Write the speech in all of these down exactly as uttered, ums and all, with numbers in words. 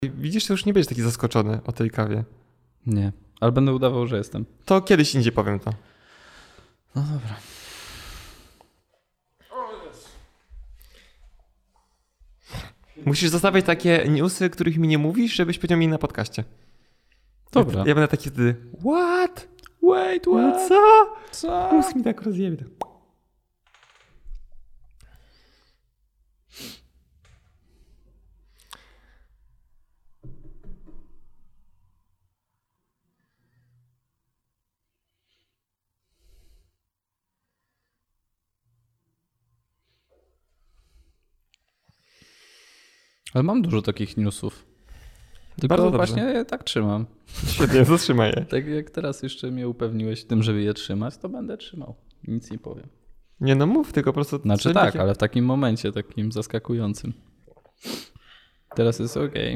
Widzisz, to już nie będziesz taki zaskoczony o tej kawie. Nie, ale będę udawał, że jestem. To kiedyś indziej powiem to. No dobra. Musisz zostawiać takie newsy, których mi nie mówisz, żebyś powiedział mi na podcaście. Dobra. Ja, ja będę taki wtedy, what? Wait, what? Co? Co? Mózg mi tak rozjebie. Ale mam dużo takich newsów. Tylko Bardzo właśnie dobrze. je tak trzymam. Świetnie, zatrzymaj je. Tak jak teraz jeszcze mnie upewniłeś w tym, żeby je trzymać, to będę trzymał. Nic nie powiem. Nie no mów, tylko po prostu... Znaczy tak, takie... ale w takim momencie, takim zaskakującym. Teraz jest okej.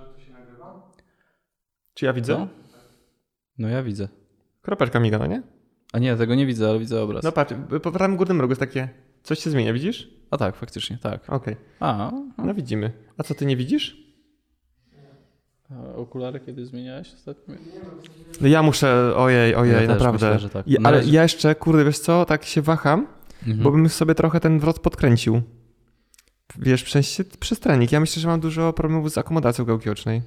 Czy ja widzę? Co? No ja widzę. Kropeczka miga, no nie? A nie, tego nie widzę, ale widzę obraz. No patrz, po prawym górnym rogu jest takie... Coś się zmienia, widzisz? A tak, faktycznie, tak. Okej. Okay. A, No widzimy. A co, ty nie widzisz? a okulary kiedy zmieniałeś ostatnio? No ja muszę, ojej, ojej, Ja też naprawdę. myślę, że tak. Ja, Na ale razie- ja jeszcze, kurde, wiesz co, tak się waham, Mhm. bo bym sobie trochę ten wrot podkręcił. Wiesz, w sensie przystrenik. Ja myślę, że mam dużo problemów z akomodacją gałki ocznej.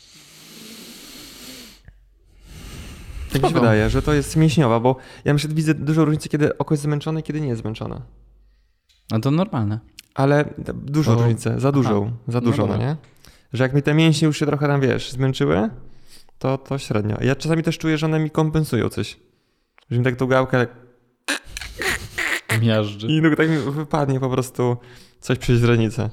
Tak mi się Spoko. wydaje, że to jest mięśniowa, bo ja myślę, że widzę dużo różnicy, kiedy oko jest zmęczone i kiedy nie jest zmęczone. A to normalne. Ale dużo To- różnicy, za dużą, Aha. za dużo, No no, dobra. nie? Że jak mi te mięśnie już się trochę tam, wiesz, zmęczyły, to, to średnio. Ja czasami też czuję, że one mi kompensują coś. Że mi tak tą gałkę Miażdży. i no, tak mi wypadnie po prostu coś przez źrenicę.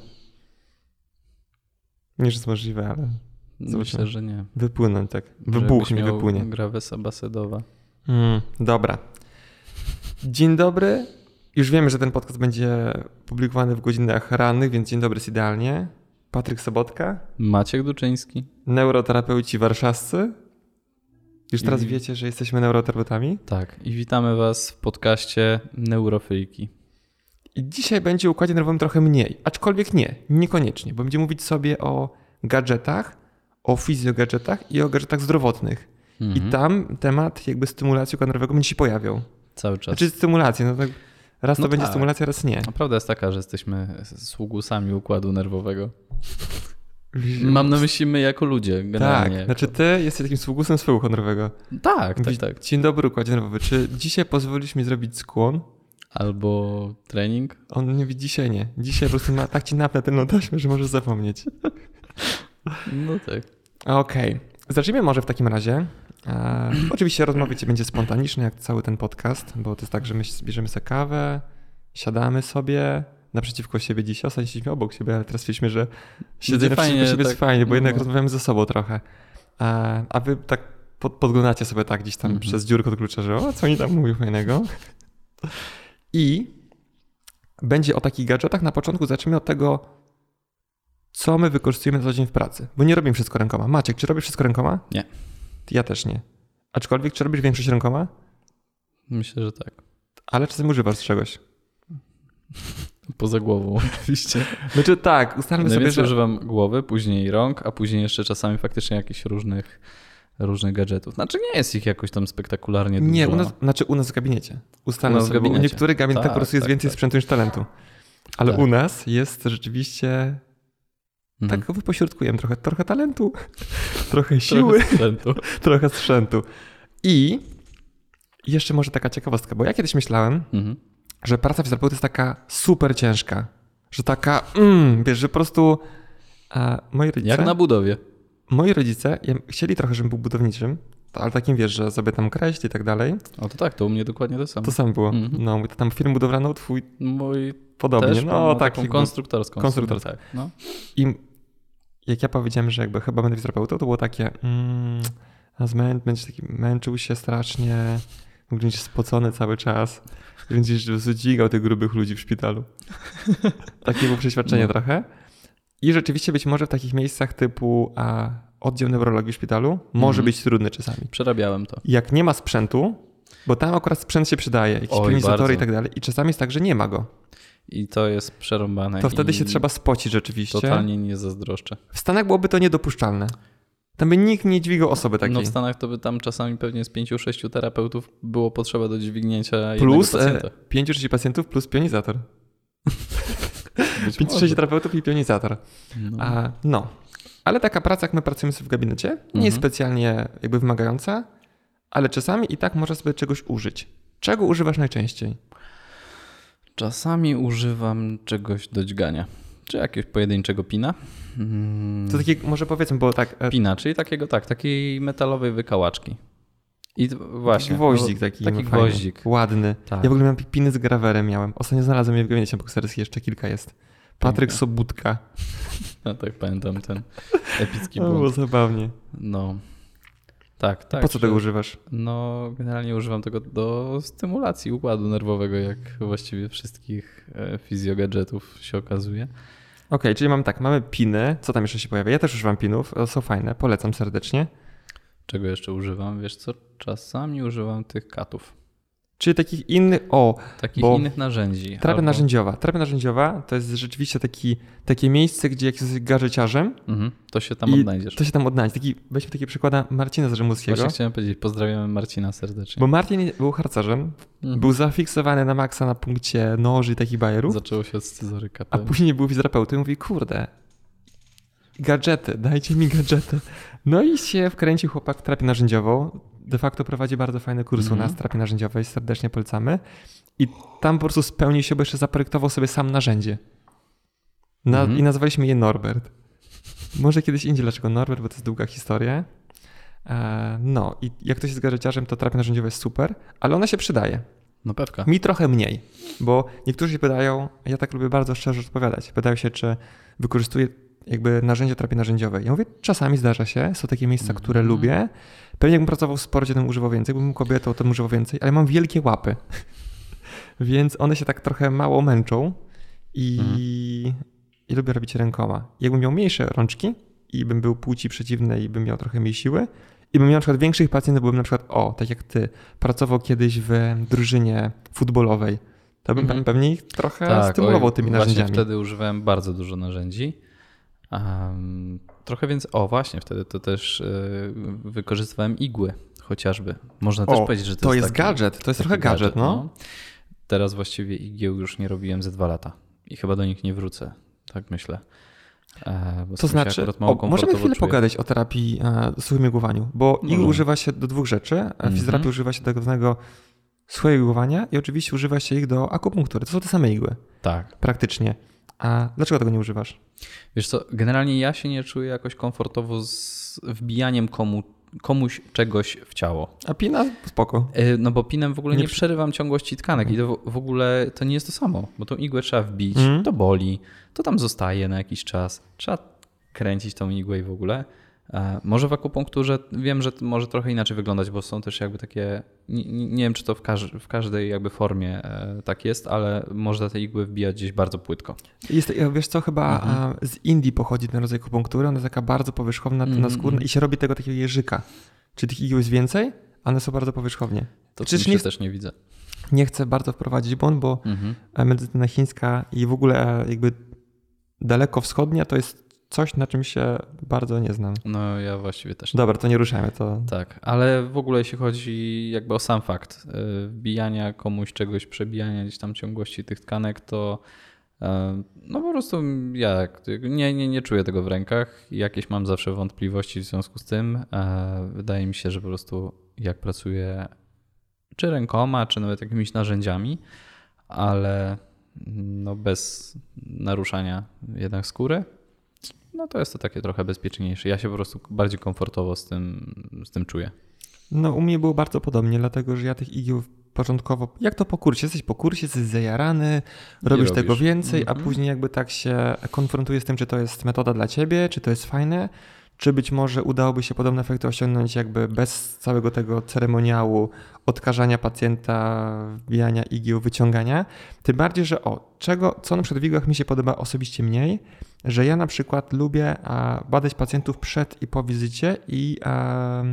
Nie, że jest możliwe, ale Myślę, że nie. wypłynąć tak. Że Wybuch jakbyś mi miał wypłynie. Grawesa basedowa. Mm, dobra. Dzień dobry. Już wiemy, że ten podcast będzie publikowany w godzinach rannych, więc dzień dobry jest idealnie. Patryk Sobotka, Maciek Duczyński. neuroterapeuci warszawscy. Już teraz I- wiecie, że jesteśmy neuroterapeutami. Tak. I witamy was w podcaście Neurofilki. I dzisiaj będzie o układzie nerwowym trochę mniej, aczkolwiek nie, niekoniecznie, bo będziemy mówić sobie o gadżetach, o fizjogadżetach i o gadżetach zdrowotnych. Mhm. I tam temat jakby stymulacji układu nerwowego będzie się pojawiał. Cały czas. Znaczy stymulacji, no tak raz to No będzie tak. stymulacja, raz nie. A prawda jest taka, że jesteśmy sługusami układu nerwowego. Mam na myśli my jako ludzie, Tak, generalnie. jako- znaczy ty jesteś takim sługusem swojego układu nerwowego. tak, tak, Mówisz, tak. Dzień dobry układzie nerwowy, czy dzisiaj pozwolisz mi zrobić skłon? Albo trening. On nie widzi dzisiaj nie. Dzisiaj po prostu ma, tak ci napnę ten taśmę, że możesz zapomnieć. No tak. Okej. Zacznijmy może w takim razie. E, oczywiście rozmowa cię będzie spontaniczna, jak cały ten podcast, bo to jest tak, że my bierzemy sobie kawę, siadamy sobie naprzeciwko siebie dzisiaj. Ostatnio siedzieliśmy obok siebie, ale teraz stwierdziliśmy, że siedzenie naprzeciwko fajnie, siebie jest tak, fajnie, bo no. jednak rozmawiamy ze sobą trochę. E, a wy tak pod, podglądacie sobie tak gdzieś tam Mhm. przez dziurkę od klucza, że o, co oni tam mówią fajnego. I będzie o takich gadżetach. Na początku zacznijmy od tego, co my wykorzystujemy na co dzień w pracy. Bo nie robimy wszystko rękoma. Maciek, czy robisz wszystko rękoma? Nie. Ja też nie. Aczkolwiek, czy robisz większość rękoma? Myślę, że tak. Ale czasem używasz czegoś. Poza głową oczywiście. Znaczy tak, ustalmy sobie, Najwięcej że... używam głowy, później rąk, a później jeszcze czasami faktycznie jakichś różnych, różnych gadżetów. Znaczy nie jest ich jakoś tam spektakularnie dużo. Nie, u nas, znaczy u nas w gabinecie. Ustalmy U nas w sobie, bo u gabinecie. niektórych gabinetach Tak, po prostu jest tak, więcej tak. sprzętu niż talentu. Ale Tak. u nas jest rzeczywiście... Mhm. Tak wypośrodkujemy trochę, trochę talentu, trochę siły, Trochę sprzętu. trochę sprzętu. I jeszcze może taka ciekawostka, bo ja kiedyś myślałem, Mhm. że praca fizjoterapeuty jest taka super ciężka, że taka, mm, wiesz, że po prostu e, moi rodzice, Jak na budowie. moi rodzice ja, chcieli trochę, żebym był budowniczym, ale takim, wiesz, że sobie tam kreśli i tak dalej. O to tak, to u mnie dokładnie to samo. To samo było. Mhm. No, mówię, to tam firmę budowlaną, twój Mój podobnie. też No, no, tak. taką konstruktorską. konstruktorską. Tak, no. I jak ja powiedziałem, że jakby chyba będę fizjoterapeutą, to było takie, mm, a zmę, będziesz taki, męczył się strasznie, będziesz spocony cały czas, będziesz dźwigał tych grubych ludzi w szpitalu. Takie było przeświadczenie No. trochę. I rzeczywiście być może w takich miejscach typu a, oddział neurologii w szpitalu może Mhm. być trudny czasami. Przerabiałem to. Jak nie ma sprzętu, bo tam akurat sprzęt się przydaje, jakieś Oj, pionizatory bardzo. i tak dalej, i czasami jest tak, że nie ma go. I to jest przerąbane. To wtedy i się trzeba spocić rzeczywiście. Totalnie nie zazdroszczę. W Stanach byłoby to niedopuszczalne. Tam by nikt nie dźwigał osoby takiej. No w Stanach to by tam czasami pewnie z pięciu, sześciu terapeutów było potrzeba do dźwignięcia plus jednego pacjenta. Plus pięciu, sześciu pacjentów plus pionizator. Być pięciu, sześciu terapeutów i pionizator. No. A, no. Ale taka praca, jak my pracujemy sobie w gabinecie, nie Mhm. jest specjalnie jakby wymagająca, ale czasami i tak można sobie czegoś użyć. Czego używasz najczęściej? Czasami używam czegoś do dźgania. Czy jakiegoś pojedynczego pina. Hmm. To takie, może powiedzmy, bo tak... Pina, czyli takiego, tak, takiej metalowej wykałaczki. I to, właśnie. Taki gwoździk no, taki. Taki fajny, gwoździk. Ładny. Tak. Ja w ogóle miałem piny z grawerem miałem. Ostatnio znalazłem je w gabinecie bokserskim, jeszcze kilka jest. Patryk Pięknie. Sobutka. Ja tak pamiętam ten epicki No, było błąd. zabawnie. No. Tak, tak. Po co że- tego używasz? No, generalnie używam tego do stymulacji układu nerwowego, jak właściwie wszystkich e, fizjogadżetów się okazuje. Okej, czyli mam tak, mamy piny. Co tam jeszcze się pojawia? Ja też używam pinów. Są fajne, polecam serdecznie. Czego jeszcze używam? Wiesz co? Czasami używam tych katów. Czyli takich innych... O, Takich Bo innych narzędzi. terapia albo- narzędziowa. Terapia narzędziowa to jest rzeczywiście taki, takie miejsce, gdzie jak jesteś gadżeciarzem, Mhm, to się tam i odnajdziesz. to się tam odnajdzie. Taki, weźmy takie przykłada Marcina z Rzymowskiego. Właśnie chciałem powiedzieć, pozdrawiamy Marcina serdecznie. Bo Marcin był harcerzem, Mhm. był zafiksowany na maksa na punkcie noży i takich bajerów, Zaczęło się od scyzoryka. a później był fizjoterapeutą i mówi, kurde, gadżety, dajcie mi gadżety. No i się wkręcił chłopak w terapię narzędziową. De facto prowadzi bardzo fajny kurs u Mhm. nas terapii narzędziowej, serdecznie polecamy. I tam po prostu spełnił się, bo jeszcze zaprojektował sobie sam narzędzie. Na, Mhm. I nazwaliśmy je Norbert. Może kiedyś indziej dlaczego Norbert, bo to jest długa historia. E, no i jak ktoś jest gadżeciarzem, to terapia narzędziowa jest super, ale ona się przydaje. No pewka. Mi trochę mniej, bo niektórzy się pytają, ja tak lubię bardzo szczerze odpowiadać, pytają się, czy wykorzystuję jakby narzędzia terapii narzędziowej. Ja mówię, czasami zdarza się, są takie miejsca, które Mhm. lubię. Pewnie jakbym pracował w sporcie, to bym używał więcej, jakbym był kobietą, to bym używał więcej, ale mam wielkie łapy, więc one się tak trochę mało męczą i, Mhm. i lubię robić rękoma. Jakbym miał mniejsze rączki i bym był płci przeciwnej i bym miał trochę mniej siły i bym miał na przykład większych pacjentów, byłbym na przykład, o, tak jak ty, pracował kiedyś w drużynie futbolowej, to bym Mhm. pewnie ich trochę Tak, stymulował oj, tymi właśnie narzędziami. wtedy używałem bardzo dużo narzędzi. Um, trochę więcej, o właśnie, wtedy to też y, wykorzystywałem igły chociażby. Można też O, powiedzieć, że to, to jest, jest taki, gadżet, to jest taki trochę gadżet, no. Teraz właściwie igieł już nie robiłem ze dwa lata i chyba do nich nie wrócę, tak myślę. E, bo z To tym się znaczy, akurat mało o, możemy komfortowo chwilę czuję. pogadać o terapii e, suchym igłowaniu, bo igły Możemy. używa się do dwóch rzeczy. Mhm. Fizjoterapii używa się do tak zwanego suchego igłowania i oczywiście używa się ich do akupunktury. To są te same igły, Tak. praktycznie. A dlaczego tego nie używasz? Wiesz co, generalnie ja się nie czuję jakoś komfortowo z wbijaniem komu, komuś czegoś w ciało. A pina? Spoko. E, No bo pinem w ogóle Nie nie, przy- przerywam ciągłości tkanek i to w- w ogóle to nie jest to samo, bo tą igłę trzeba wbić, Mhm. to boli, to tam zostaje na jakiś czas, trzeba kręcić tą igłę i w ogóle. E, Może w akupunkturze wiem, że to może trochę inaczej wyglądać, bo są też jakby takie, nie, nie nie wiem czy to w, każ, w każdej jakby formie e, tak jest, ale można te igły wbijać gdzieś bardzo płytko. Jest, wiesz co, chyba Mhm. a, z Indii pochodzi ten rodzaj akupunktury. Ona jest taka bardzo powierzchowna, Mhm, mm skórna i się robi tego takiego jeżyka. Czy tych igieł jest więcej? One są bardzo powierzchownie. To Przecież Przecież nie- też nie widzę. Nie chcę bardzo wprowadzić błąd, bo Mhm. a medycyna chińska i w ogóle jakby dalekowschodnia to jest coś, na czym się bardzo nie znam. No ja właściwie też nie. Dobra, to nie ruszajmy. To... Tak, ale w ogóle jeśli chodzi jakby o sam fakt y, wbijania komuś czegoś, przebijania gdzieś tam ciągłości tych tkanek, to y, no po prostu ja jak- nie, nie, nie czuję tego w rękach. Jakieś mam zawsze wątpliwości w związku z tym. Y, Wydaje mi się, że po prostu jak pracuję czy rękoma, czy nawet jakimiś narzędziami, ale no bez naruszania jednak skóry, no to jest to takie trochę bezpieczniejsze. Ja się po prostu bardziej komfortowo z tym, z tym czuję. No u mnie było bardzo podobnie, dlatego że ja tych igieł początkowo, jak to po kursie, jesteś po kursie, jesteś zajarany, robisz robisz. tego więcej, Mhm. a później jakby tak się konfrontujesz z tym, czy to jest metoda dla ciebie, czy to jest fajne, czy być może udałoby się podobne efekty osiągnąć jakby bez całego tego ceremoniału odkażania pacjenta, wbijania igieł, wyciągania. Tym bardziej, że o, czego, co na przykład w igłach mi się podoba osobiście mniej, że ja na przykład lubię a, badać pacjentów przed i po wizycie i a,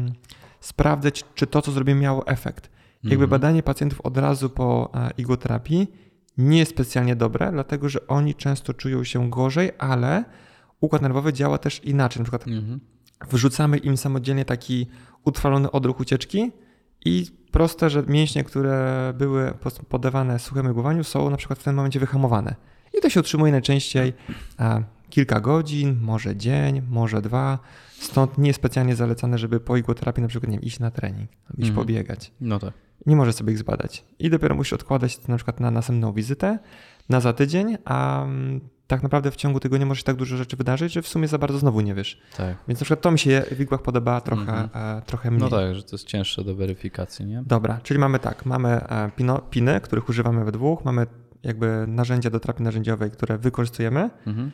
sprawdzać, czy to, co zrobiłem, miało efekt. Jakby Mhm. badanie pacjentów od razu po a, igłoterapii nie jest specjalnie dobre, dlatego że oni często czują się gorzej, ale układ nerwowy działa też inaczej. Na przykład mhm. wrzucamy im samodzielnie taki utrwalony odruch ucieczki i proste, że mięśnie, które były poddawane suchemu głowaniu, są na przykład w tym momencie wyhamowane. I to się utrzymuje najczęściej a, kilka godzin, może dzień, może dwa. Stąd nie jest specjalnie zalecane, żeby po igłoterapii na przykład nie wiem, iść na trening, iść mm. pobiegać. No tak. Nie może sobie ich zbadać. I dopiero musisz odkładać to na przykład na następną wizytę, na za tydzień, a tak naprawdę w ciągu tygodnia może się tak dużo rzeczy wydarzyć, że w sumie za bardzo znowu nie wiesz. Tak. Więc na przykład to mi się w igłach podoba trochę, mm-hmm. e, trochę mniej. No tak, że to jest cięższe do weryfikacji, nie? Dobra, czyli mamy tak, mamy e, pino, piny, których używamy we dwóch, mamy jakby narzędzia do terapii narzędziowej, które wykorzystujemy, mm-hmm.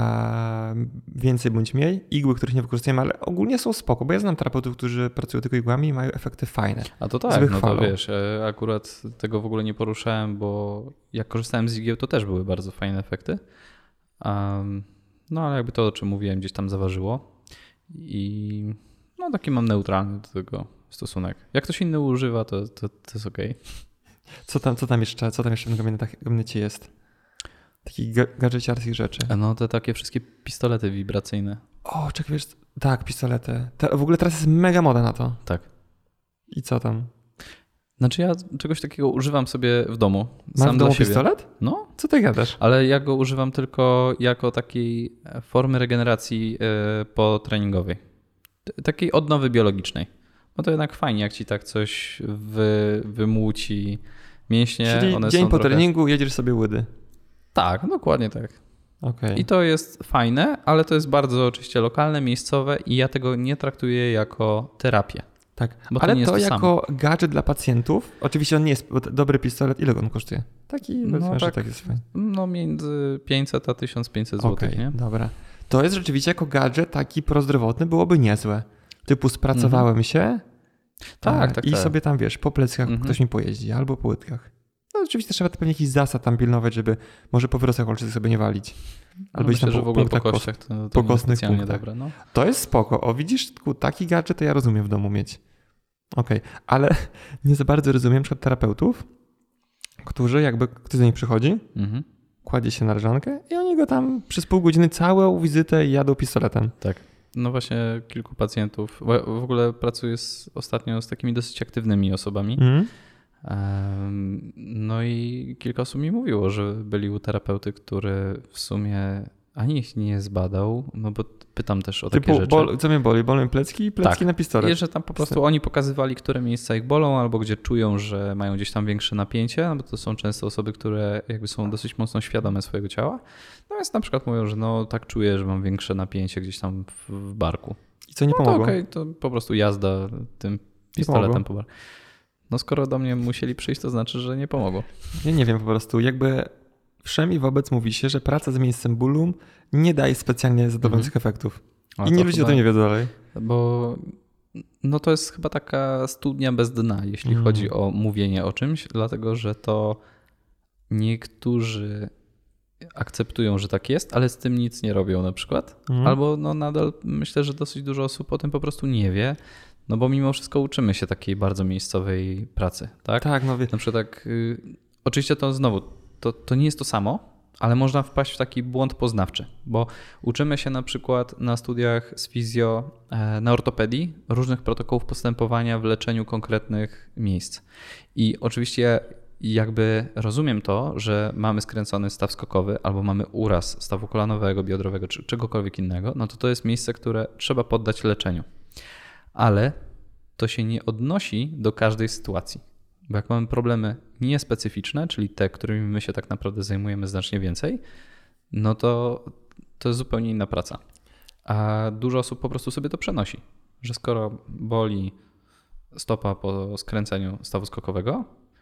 a więcej bądź mniej. Igły, których nie wykorzystujemy, ale ogólnie są spoko, bo ja znam terapeutów, którzy pracują tylko igłami i mają efekty fajne. A to tak, no to wiesz, akurat tego w ogóle nie poruszałem, bo jak korzystałem z igieł, to też były bardzo fajne efekty. Um, no ale jakby to, o czym mówiłem, gdzieś tam zaważyło i no taki mam neutralny do tego stosunek. Jak ktoś inny używa, to, to, to jest okej. Okay. Co tam, co tam jeszcze, co tam jeszcze w gabinecie jest? Takich gadżeciarskich rzeczy. No te takie wszystkie pistolety wibracyjne. O, czekaj, wiesz, tak, pistolety. Te, w ogóle teraz jest mega moda na to. Tak. I co tam? Znaczy ja czegoś takiego używam sobie w domu. Masz sam w domu dla siebie. pistolet? No. Co ty gadasz? Ale ja go używam tylko jako takiej formy regeneracji potreningowej. Takiej odnowy biologicznej. No to jednak fajnie, jak ci tak coś wy, wymłuci mięśnie. Czyli one dzień są po trochę... treningu jedziesz sobie łydy. Tak, dokładnie tak. Okay. I to jest fajne, ale to jest bardzo oczywiście lokalne, miejscowe i ja tego nie traktuję jako terapię. Tak, bo ale to, nie to, jest to jako samo. Gadżet dla pacjentów, oczywiście on nie jest dobry pistolet, ile on kosztuje? Taki, no tak, tak, że tak jest fajny. No między pięćset a tysiąc pięćset złotych, okay, nie? Dobra. To jest rzeczywiście jako gadżet taki prozdrowotny byłoby niezłe. Typu spracowałem mm. się tak, tak, i tak. sobie tam wiesz, po pleckach mm-hmm. ktoś mi pojeździ albo po łydkach. No oczywiście trzeba pewnie jakiś zasad tam pilnować, żeby może po wyrosach kolczystych sobie nie walić. Albo no myślę, tam że po, w ogóle po kościach to, to po kostnych punktach. Dobre, no. To jest spoko. O widzisz, taki gadżet to ja rozumiem w domu mieć. Okej, okay. Ale nie za bardzo rozumiem na przykład terapeutów, którzy jakby ktoś do nich przychodzi, mm-hmm. kładzie się na leżankę i oni go tam przez pół godziny całą wizytę jadą pistoletem. Tak. No właśnie kilku pacjentów. W ogóle pracuję z, ostatnio z takimi dosyć aktywnymi osobami. Mm. No i kilka osób mi mówiło, że byli u terapeuty, który w sumie ani ich nie zbadał, no bo pytam też o Typu, takie rzeczy. Bol, co mnie boli? Bolą plecki i plecki tak. na pistolet. I że tam po prostu oni pokazywali, które miejsca ich bolą albo gdzie czują, że mają gdzieś tam większe napięcie, no bo to są często osoby, które jakby są dosyć mocno świadome swojego ciała. No więc na przykład mówią, że no tak czuję, że mam większe napięcie gdzieś tam w, w barku. I co nie no pomogło? To okej, okay, to po prostu jazda tym pistoletem po barku. No skoro do mnie musieli przyjść, to znaczy, że nie pomogło. Ja nie wiem po prostu, jakby wszemi wobec mówi się, że praca z miejscem bólu nie daje specjalnie zadowalających mm-hmm. efektów. A I nie ludzie chyba, o tym nie wiedzą dalej. Bo no to jest chyba taka studnia bez dna, jeśli mm. chodzi o mówienie o czymś, dlatego że to niektórzy akceptują, że tak jest, ale z tym nic nie robią na przykład. Mm. Albo no nadal myślę, że dosyć dużo osób o tym po prostu nie wie. No bo mimo wszystko uczymy się takiej bardzo miejscowej pracy, tak? Tak, no wie. Na przykład tak, y, oczywiście to znowu, to, to nie jest to samo, ale można wpaść w taki błąd poznawczy, bo uczymy się na przykład na studiach z fizjo, e, na ortopedii różnych protokołów postępowania w leczeniu konkretnych miejsc. I oczywiście jakby rozumiem to, że mamy skręcony staw skokowy albo mamy uraz stawu kolanowego, biodrowego czy czegokolwiek innego, no to to jest miejsce, które trzeba poddać leczeniu. Ale to się nie odnosi do każdej sytuacji. Bo jak mamy problemy niespecyficzne, czyli te, którymi my się tak naprawdę zajmujemy znacznie więcej, no to to jest zupełnie inna praca. A dużo osób po prostu sobie to przenosi, że skoro boli stopa po skręceniu stawu skokowego,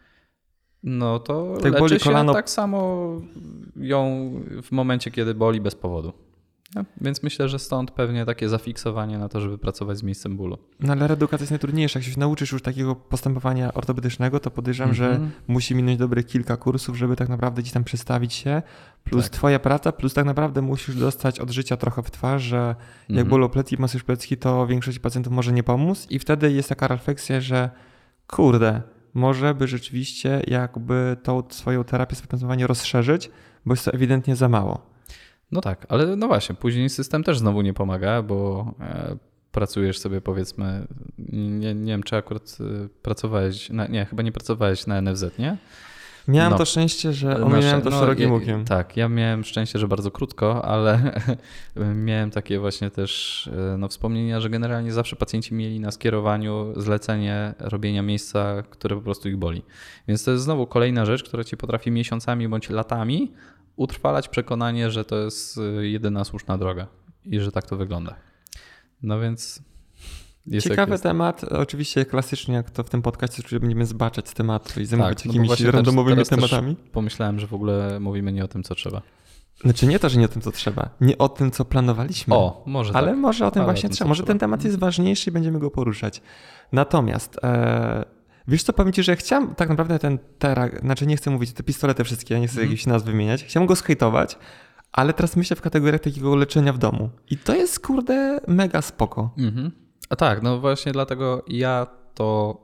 no to tak leczy boli się kolano... tak samo ją w momencie, kiedy boli bez powodu. Ja, więc myślę, że stąd pewnie takie zafiksowanie na to, żeby pracować z miejscem bólu. No ale reedukacja jest najtrudniejsza. Jak się nauczysz już takiego postępowania ortopedycznego, to podejrzewam, mm-hmm. że musi minąć dobrych kilka kursów, żeby tak naprawdę gdzieś tam przestawić się. Plus tak. twoja praca, plus tak naprawdę musisz dostać od życia trochę w twarz, że jak mm-hmm. bolą plecki, masujesz plecki, to większość pacjentów może nie pomóc i wtedy jest taka refleksja, że kurde, może by rzeczywiście jakby tą swoją terapię stopniowania rozszerzyć, bo jest to ewidentnie za mało. No tak, ale no właśnie, później system też znowu nie pomaga, bo e, pracujesz sobie powiedzmy, nie, nie wiem czy akurat e, pracowałeś, na, nie, chyba nie pracowałeś na N F Z, nie? Miałem no. to szczęście, że ominąłem to no, szerokim ja, łukiem. Tak, ja miałem szczęście, że bardzo krótko, ale miałem takie właśnie też no, wspomnienia, że generalnie zawsze pacjenci mieli na skierowaniu zlecenie robienia miejsca, które po prostu ich boli. Więc to jest znowu kolejna rzecz, która ci potrafi miesiącami bądź latami utrwalać przekonanie, że to jest jedyna słuszna droga i że tak to wygląda. No więc... Jest Ciekawy temat, oczywiście klasycznie jak to w tym podcaście, że będziemy zbaczać z tematu i zajmować tak, no jakimiś randomowymi teraz, teraz tematami. Pomyślałem, że w ogóle mówimy nie o tym, co trzeba. Znaczy nie to, że nie o tym, co trzeba, nie o tym, co planowaliśmy. O, może Ale tak. może o tym Ale właśnie o tym, trzeba. Może trzeba. ten temat jest ważniejszy i będziemy go poruszać. Natomiast e, wiesz co, powiem ci, że chciałem tak naprawdę ten terak, znaczy nie chcę mówić te pistolety wszystkie, nie chcę mm. jakichś nazw wymieniać, chciałem go zhejtować, ale teraz myślę w kategoriach takiego leczenia w domu. I to jest kurde mega spoko. Mhm. A tak, no właśnie dlatego ja to,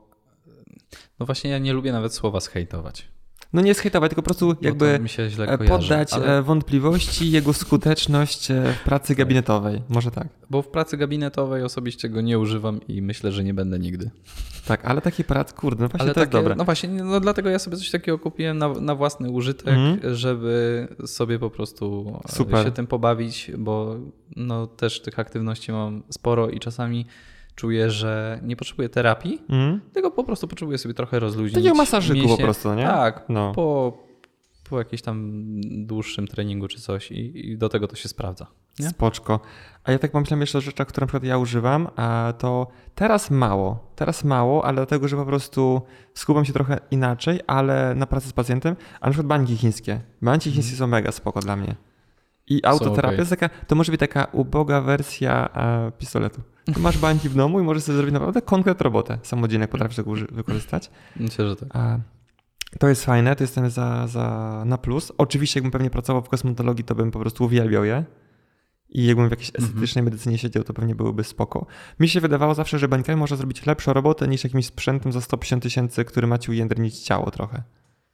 no właśnie ja nie lubię nawet słowa zhejtować. No nie zhejtować, tylko po prostu jakby mi się źle kojarzy, poddać ale... wątpliwości jego skuteczność w pracy gabinetowej. Może tak. Bo w pracy gabinetowej osobiście go nie używam i myślę, że nie będę nigdy. Tak, ale taki prac, kurde, no właśnie ale to takie, jest dobre. No właśnie, no dlatego ja sobie coś takiego kupiłem na, na własny użytek, mm. żeby sobie po prostu Super. się tym pobawić, bo no też tych aktywności mam sporo i czasami czuję, że nie potrzebuję terapii, mm. tylko po prostu potrzebuję sobie trochę rozluźnić. Takiego masażyku mięśnie. Po prostu, nie? Tak, no. po, po jakimś tam dłuższym treningu czy coś i, i do tego to się sprawdza. Nie? Spoczko. A ja tak pomyślałem jeszcze o rzeczach, które na przykład ja używam, a to teraz mało, teraz mało, ale dlatego, że po prostu skupiam się trochę inaczej, ale na pracy z pacjentem, a na przykład bańki chińskie. Bańki mm. chińskie są mega spoko dla mnie. I autoterapia jest taka, to może być taka uboga wersja a, pistoletu. Tu masz bańki w domu i możesz sobie zrobić naprawdę konkret robotę samodzielnie, jak potrafisz tego uży- wykorzystać. Myślę, że tak. A, to jest fajne, to jestem za, za na plus. Oczywiście jakbym pewnie pracował w kosmetologii, to bym po prostu uwielbiał je. I jakbym w jakiejś estetycznej medycynie siedział, to pewnie byłyby spoko. Mi się wydawało zawsze, że bańkami można zrobić lepszą robotę niż jakimś sprzętem za sto pięćdziesiąt tysięcy, który ma ci ujędrnić ciało trochę.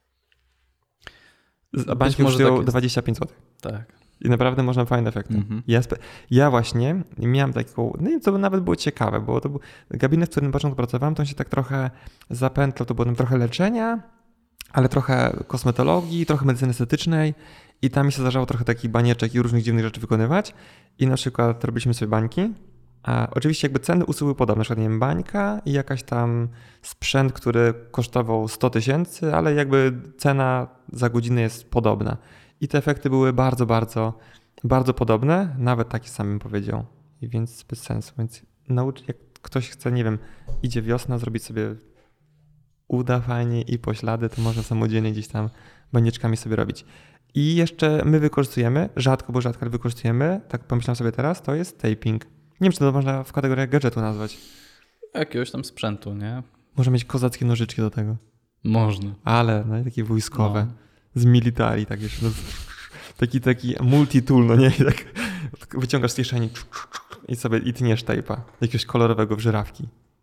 A bańki kosztują tak dwadzieścia pięć złotych. Tak. I naprawdę można fajne efekty. Mm-hmm. Ja, spe- ja właśnie miałem taką, no i to nawet było ciekawe, bo to był gabinet, w którym na początku pracowałem, to on się tak trochę zapętlał, to było tam trochę leczenia, ale trochę kosmetologii, trochę medycyny estetycznej i tam mi się zdarzało trochę takich banieczek i różnych dziwnych rzeczy wykonywać i na przykład robiliśmy sobie bańki, a oczywiście jakby ceny usług były podobne, na przykład nie wiem, bańka i jakaś tam sprzęt, który kosztował sto tysięcy, ale jakby cena za godzinę jest podobna. I te efekty były bardzo, bardzo, bardzo podobne, nawet takie same bym powiedział. I więc bez sensu. Więc naucz, jak ktoś chce, nie wiem, idzie wiosna, zrobić sobie uda fajnie i poślady, to można samodzielnie gdzieś tam banieczkami sobie robić. I jeszcze my wykorzystujemy, rzadko, bo rzadko wykorzystujemy, tak pomyślałem sobie teraz, to jest taping. Nie wiem, czy to można w kategoriach gadżetu nazwać. Jakiegoś tam sprzętu, nie? Może mieć kozackie nożyczki do tego. Można. Ale, no i takie wojskowe. No. Z militari, tak wiesz, no, taki taki multi-tool, no nie, I tak wyciągasz z kieszeni i sobie i tniesz tape'a, jakiegoś kolorowego w żyrafki.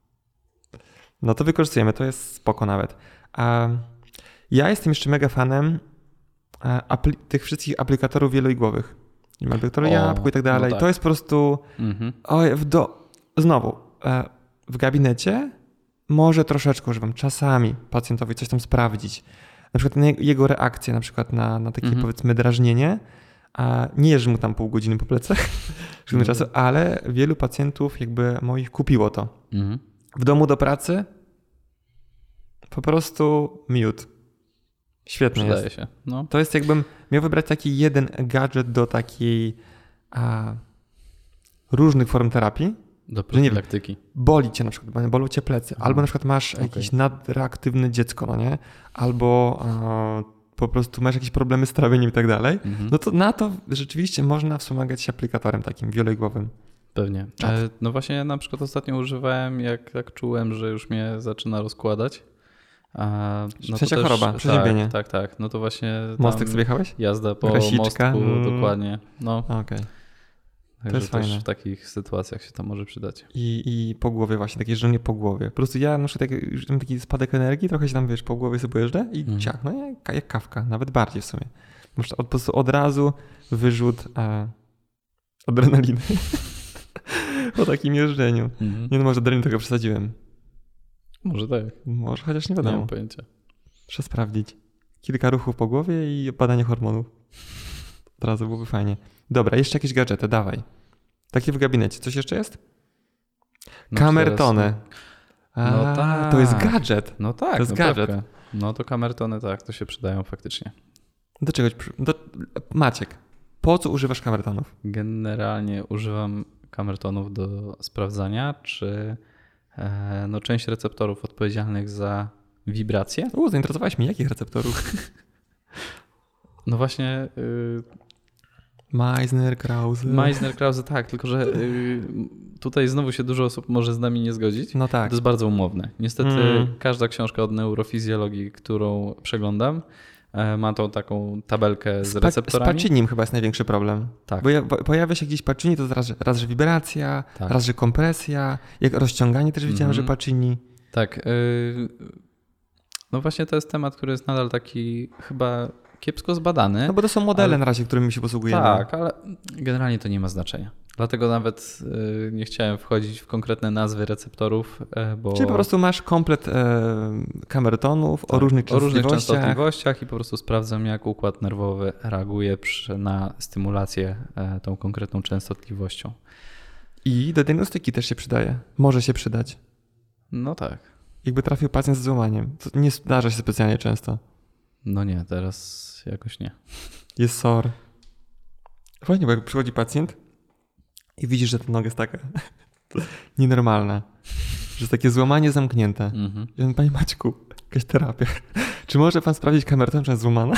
No to wykorzystujemy, to jest spoko nawet. A ja jestem jeszcze mega fanem apli- tych wszystkich aplikatorów wieloigłowych. Aplikator jabłku i tak dalej. No tak. To jest po prostu, mhm. oj, w do, znowu, w gabinecie może troszeczkę używam, czasami pacjentowi coś tam sprawdzić. Na przykład jego reakcje na przykład na, na takie mm-hmm. powiedzmy drażnienie, a nie jeżdżę mu tam pół godziny po plecach mm-hmm. czasu, ale wielu pacjentów jakby moich kupiło to. Mm-hmm. W domu do pracy po prostu miód. Świetnie Przydaje jest. się. No. To jest jakbym miał wybrać taki jeden gadżet do takiej a, różnych form terapii. Do profilaktyki. Boli cię na przykład, bolą cię plecy, mhm. albo na przykład masz okay. jakieś nadreaktywne dziecko, no nie? Albo e, po prostu masz jakieś problemy z trawieniem i tak dalej, mhm. no to na to rzeczywiście można wspomagać się aplikatorem takim wieloigłowym. Pewnie. E, no właśnie ja na przykład ostatnio używałem, jak, jak czułem, że już mnie zaczyna rozkładać. A, no w sensie choroba, przeziębienie. Tak, tak, tak. No to właśnie Mostek sobie jechałeś? Jazda po Rasiczka. mostku, mm. dokładnie. No. Okej. Okay. Także to jest też fajne. w takich sytuacjach się to może przydać. I, I po głowie właśnie, takie jeżdżenie po głowie. Po prostu ja na przykład jak już mam taki spadek energii, trochę się tam, wiesz, po głowie sobie pojeżdżę i Mhm. ciach, no jak, jak kawka, nawet bardziej w sumie. Można od, po prostu od razu wyrzut e, adrenaliny po takim jeżdżeniu. Mhm. Nie no, może adrenaliny trochę przesadziłem. Może tak. Może, chociaż nie Nie wiadomo. mam pojęcia. Muszę sprawdzić. Kilka ruchów po głowie i badanie hormonów. Od razu byłoby fajnie. Dobra, jeszcze jakieś gadżety, dawaj. Takie w gabinecie. Coś jeszcze jest? No Kamertony. teraz- A, No tak. To jest gadżet. No tak, To jest no gadżet. pewnie. No to kamertony tak, to się przydają faktycznie. Do czegoś. przy- Do... Maciek, po co używasz kamertonów? Generalnie używam kamertonów do sprawdzania, czy e, no, część receptorów odpowiedzialnych za wibracje. U, zainteresowałeś mnie. Jakich receptorów? No właśnie y, Meissner, Krause. Meissner, Krause tak, tylko że y, tutaj znowu się dużo osób może z nami nie zgodzić. No tak. To jest bardzo umowne. Niestety Mm. każda książka od neurofizjologii, którą przeglądam, e, ma tą taką tabelkę z Z, pa- z receptorami. Pacinim chyba jest największy problem. Tak. Bo ja, po- pojawia się gdzieś Pacini, to raz, że- raz, że wibracja, Tak. raz, że kompresja. Jak rozciąganie też widziałem, Mhm. że Pacini. Tak. y, No właśnie to jest temat, który jest nadal taki chyba kiepsko zbadany. No bo to są modele Ale- na razie, którymi się posługujemy. Tak, ale generalnie to nie ma znaczenia. Dlatego nawet y, nie chciałem wchodzić w konkretne nazwy receptorów, e, bo Czyli po prostu masz komplet e, kamertonów o tak, różnych o różnych częstotliwościach. częstotliwościach i po prostu sprawdzam, jak układ nerwowy reaguje przy, na stymulację e, tą konkretną częstotliwością. I do diagnostyki też się przydaje. Może się przydać. No tak. Jakby trafił pacjent z złamaniem. To nie zdarza się specjalnie często. No nie, teraz jakoś nie. Jest S O R. Fajnie, bo jak przychodzi pacjent i widzisz, że ta noga jest taka nienormalna. Że jest takie złamanie zamknięte. Mhm. I on, panie Maćku, jakaś terapia. Czy może pan sprawdzić kamerton, czy jest złamana?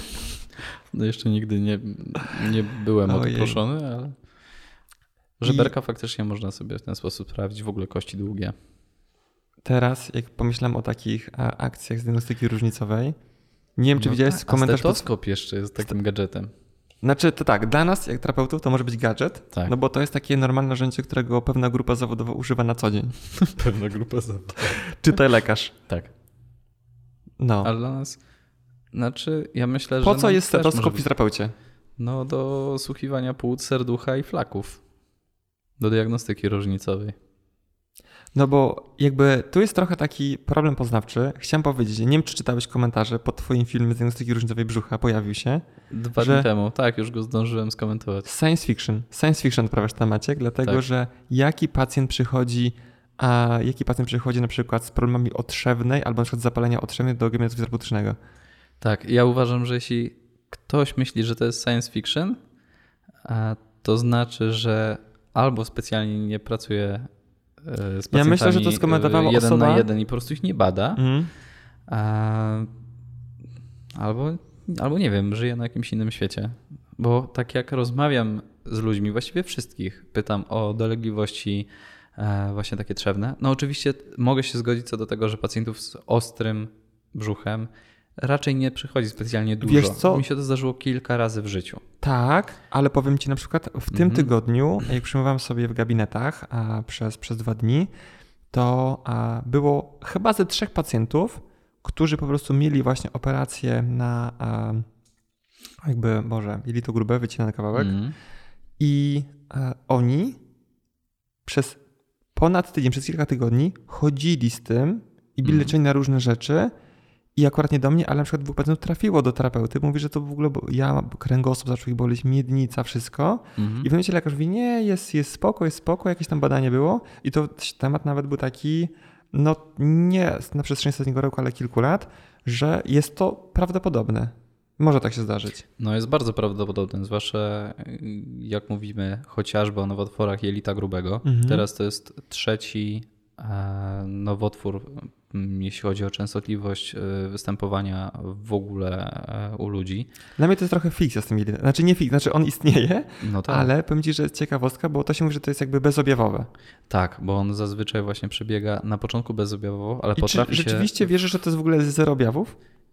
No jeszcze nigdy nie, nie byłem o to Ojej. proszony, ale żeberka faktycznie można sobie w ten sposób sprawdzić, w ogóle kości długie. Teraz, jak pomyślałem o takich a, akcjach z diagnostyki różnicowej, nie wiem, czy No widziałeś tak, komentarz... A Pod... stetoskop jeszcze jest takim gadżetem. Znaczy, to tak, dla nas, jak terapeutów, to może być gadżet, Tak. no bo to jest takie normalne narzędzie, którego pewna grupa zawodowa używa na co dzień. Pewna grupa zawodowa. Czytaj lekarz. Tak. No. Ale dla nas, znaczy ja myślę, że... Po co nam jest też może stetoskop w być- fizjoterapeucie? No do słuchiwania płuc, serducha i flaków. Do diagnostyki różnicowej. No bo jakby tu jest trochę taki problem poznawczy. Chciałem powiedzieć, nie wiem, czy czytałeś komentarze pod twoim filmem z diagnostyki różnicowej brzucha, pojawił się. Dwa Że- dni temu, tak, już go zdążyłem skomentować. Science fiction. Science fiction odprawiasz temacie, dlatego Tak. że jaki pacjent przychodzi, a jaki pacjent przychodzi na przykład z problemami otrzewnej albo na przykład zapalenia otrzewnej do gabinetu fizjoterapeutycznego. Tak, ja uważam, że jeśli ktoś myśli, że to jest science fiction, a to znaczy, że albo specjalnie nie pracuje e, z pacjentami Ja myślę, że to skomentowała e, jeden osoba- na jeden i po prostu ich nie bada, Mhm. a, albo, albo nie wiem, żyje na jakimś innym świecie. Bo tak jak rozmawiam z ludźmi, właściwie wszystkich, pytam o dolegliwości e, właśnie takie trzewne. No oczywiście mogę się zgodzić co do tego, że pacjentów z ostrym brzuchem raczej nie przychodzi specjalnie dużo. Wiesz co? Mi się to zdarzyło kilka razy w życiu. Tak, ale powiem ci na przykład w tym Mhm. tygodniu, jak przyjmowałem sobie w gabinetach a, przez, przez dwa dni, to a, było chyba ze trzech pacjentów, którzy po prostu mieli właśnie operację na a, jakby, może, jelito grube, wycinany kawałek Mhm. i a, oni przez ponad tydzień, przez kilka tygodni chodzili z tym i byli Mhm. leczeni na różne rzeczy. I akurat nie do mnie, ale na przykład dwóch pacjentów trafiło do terapeuty. Mówi, że to w ogóle, bo ja kręgosłup zaczął ich boleć, miednica, wszystko. Mhm. I w pewnym momencie lekarz mówi, nie, jest, jest spoko, jest spoko, jakieś tam badanie było. I to temat nawet był taki, no nie na przestrzeni ostatniego roku, ale kilku lat, że jest to prawdopodobne. Może tak się zdarzyć. No jest bardzo prawdopodobne, zwłaszcza jak mówimy chociażby o nowotworach jelita grubego. Mhm. Teraz to jest trzeci e, nowotwór, m, jeśli chodzi o częstotliwość e, występowania w ogóle e, u ludzi. Dla mnie to jest trochę fikcja z tym jelitem. Znaczy nie fikcja, znaczy on istnieje, No tak. ale powiem ci, że jest ciekawostka, bo to się mówi, że to jest jakby bezobjawowe. Tak, bo on zazwyczaj właśnie przebiega na początku bezobjawowo, ale I czy potrafi się... rzeczywiście wierzysz, że to jest w ogóle zero objawów?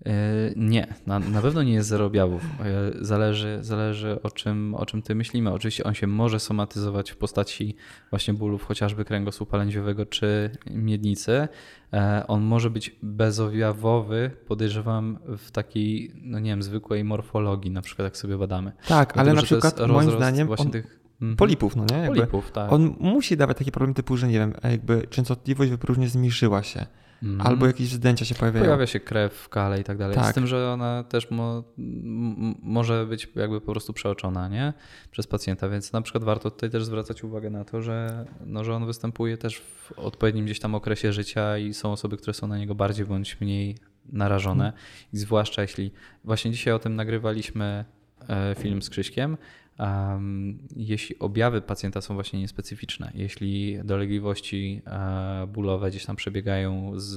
Nie, na, na pewno nie jest zero objawów. Zależy, zależy o czym, o czym ty myślimy. Oczywiście on się może somatyzować w postaci właśnie bólów chociażby kręgosłupa lędźwiowego czy miednicy. On może być bezobjawowy, podejrzewam, w takiej, no nie wiem, zwykłej morfologii, na przykład jak sobie badamy. Tak, ale na przykład moim zdaniem właśnie on... tych polipów, no nie? Jakby polipów, tak. On musi dawać takie problemy typu, że nie wiem, jakby częstotliwość wypróżnień zmniejszyła się. Mm. Albo jakieś zdjęcia się pojawiają. Pojawia się krew w kale i tak dalej. Tak. Z tym, że ona też mo, m, może być jakby po prostu przeoczona, nie? Przez pacjenta, więc na przykład warto tutaj też zwracać uwagę na to, że, no, że on występuje też w odpowiednim gdzieś tam okresie życia i są osoby, które są na niego bardziej bądź mniej narażone. Mm. I zwłaszcza jeśli właśnie dzisiaj o tym nagrywaliśmy film z Krzyśkiem, Um, jeśli objawy pacjenta są właśnie niespecyficzne, jeśli dolegliwości uh, bólowe gdzieś tam przebiegają z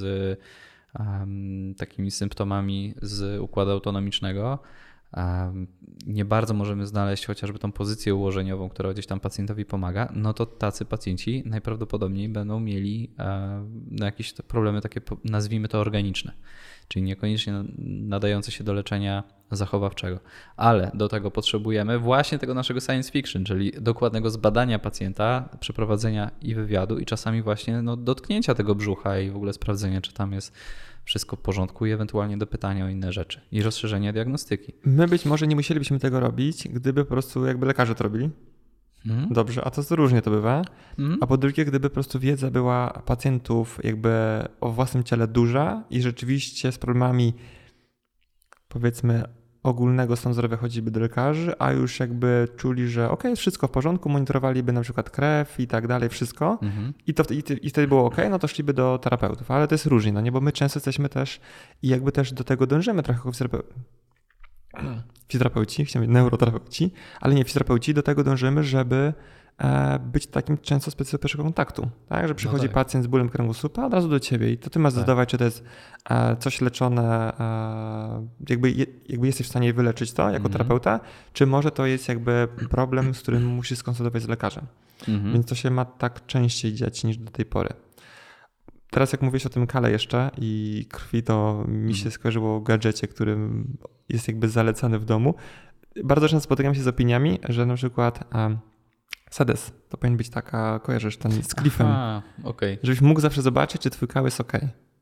um, takimi symptomami z układu autonomicznego, um, nie bardzo możemy znaleźć chociażby tą pozycję ułożeniową, która gdzieś tam pacjentowi pomaga, no to tacy pacjenci najprawdopodobniej będą mieli uh, jakieś problemy takie, nazwijmy to organiczne, czyli niekoniecznie nadające się do leczenia zachowawczego. Ale do tego potrzebujemy właśnie tego naszego science fiction, czyli dokładnego zbadania pacjenta, przeprowadzenia i wywiadu i czasami właśnie no, dotknięcia tego brzucha i w ogóle sprawdzenia, czy tam jest wszystko w porządku i ewentualnie dopytania o inne rzeczy i rozszerzenia diagnostyki. My być może nie musielibyśmy tego robić, gdyby po prostu jakby lekarze to robili. Mm. Dobrze, a to różnie to bywa. Mm. A po drugie, gdyby po prostu wiedza była pacjentów jakby o własnym ciele duża i rzeczywiście z problemami powiedzmy ogólnego stanu zdrowia chodziby do lekarzy, a już jakby czuli, że ok, jest wszystko w porządku, monitorowaliby na przykład krew i tak dalej, wszystko mm-hmm. i, to, i, i wtedy było ok, no to szliby do terapeutów, ale to jest różnie, no nie, bo my często jesteśmy też i jakby też do tego dążymy trochę jako fizjoterapeuci, fizjoterapeuci, chciałem powiedzieć neuroterapeuci, ale nie fizjoterapeuci, do tego dążymy, żeby być takim często specjalistą pierwszego kontaktu, tak? Że przychodzi no tak. pacjent z bólem kręgosłupa od razu do ciebie i to ty masz tak. zdecydować, czy to jest coś leczone, jakby, jakby jesteś w stanie wyleczyć to jako mm-hmm. terapeuta, czy może to jest jakby problem, z którym musisz skonsultować z lekarzem. Mm-hmm. Więc to się ma tak częściej dziać niż do tej pory. Teraz jak mówisz o tym kale jeszcze i krwi, to mi się skojarzyło o gadżecie, którym jest jakby zalecany w domu. Bardzo często spotykam się z opiniami, że na przykład Sedes to powinien być taka, kojarzysz, ten z klifem, Aha, okay. żebyś mógł zawsze zobaczyć, czy twój kał jest ok.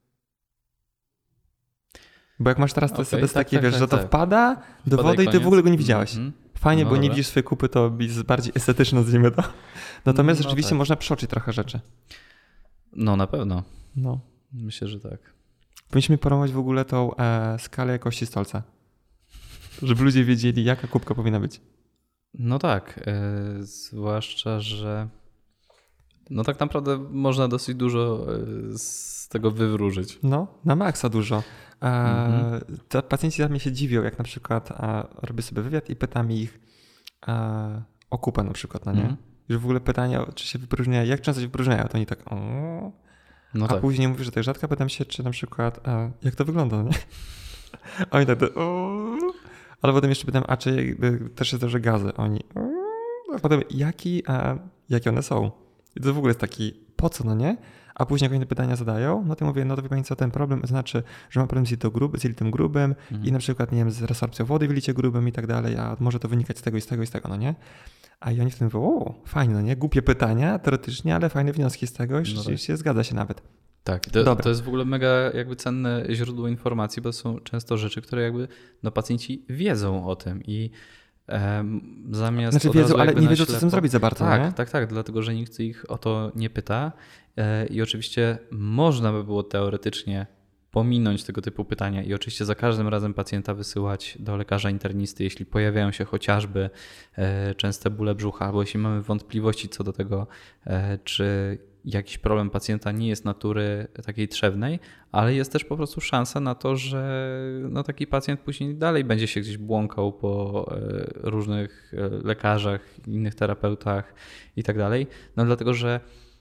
Bo jak masz teraz te okay, Sedes tak, takie, tak, wiesz, tak, że to tak. wpada do Wpadaj wody i ty w ogóle go nie widziałeś. Mm-hmm. Fajnie, no bo dobra. Nie widzisz swojej kupy, to jest bardziej estetyczne, nazwijmy to. Natomiast no rzeczywiście tak. można przeoczyć trochę rzeczy. No na pewno. No. Myślę, że tak. Powinniśmy porąbać w ogóle tą e, skalę jakości stolca. Żeby ludzie wiedzieli, jaka kubka powinna być. No tak, yy, zwłaszcza, że no tak naprawdę można dosyć dużo z tego wywróżyć. No, na maksa dużo. E, mm-hmm. To pacjenci za mnie się dziwią, jak na przykład e, robię sobie wywiad i pytam ich e, o kupę na przykład, no nie? Mm-hmm. Że w ogóle pytanie, czy się wypróżniają, jak często się wypróżniają, to oni tak o, no a tak. później mówię, że tak rzadko, pytam się, czy na przykład e, jak to wygląda, no nie? A oni tak o, ale potem jeszcze pytam, a czy jakby też jest to, że gazy? Oni, a potem jaki, a, jakie one są? I to w ogóle jest taki, po co, no nie? A później jak oni te pytania zadają, no to mówię, no to wie pani co, ten problem znaczy, że mam problem z jelitem grubym, z jelitem grubym mhm. i na przykład, nie wiem, z resorpcją wody w jelicie grubym i tak dalej, a może to wynikać z tego i z tego i z tego, no nie? A i oni wtedy mówią, o, fajnie, no nie? Głupie pytania teoretycznie, ale fajne wnioski z tego i rzeczywiście no tak. zgadza się nawet. Tak, to, to jest w ogóle mega jakby cenne źródło informacji, bo są często rzeczy, które jakby no pacjenci wiedzą o tym i um, zamiast Znaczy wiedzą, ale nie wiedzą, co z tym zrobić za bardzo. Tak, nie? tak, tak, dlatego że nikt ich o to nie pyta e, i oczywiście można by było teoretycznie pominąć tego typu pytania i oczywiście za każdym razem pacjenta wysyłać do lekarza internisty, jeśli pojawiają się chociażby e, częste bóle brzucha, albo jeśli mamy wątpliwości co do tego, e, czy jakiś problem pacjenta nie jest natury takiej trzewnej, ale jest też po prostu szansa na to, że no taki pacjent później dalej będzie się gdzieś błąkał po różnych lekarzach, innych terapeutach i tak dalej. No dlatego, że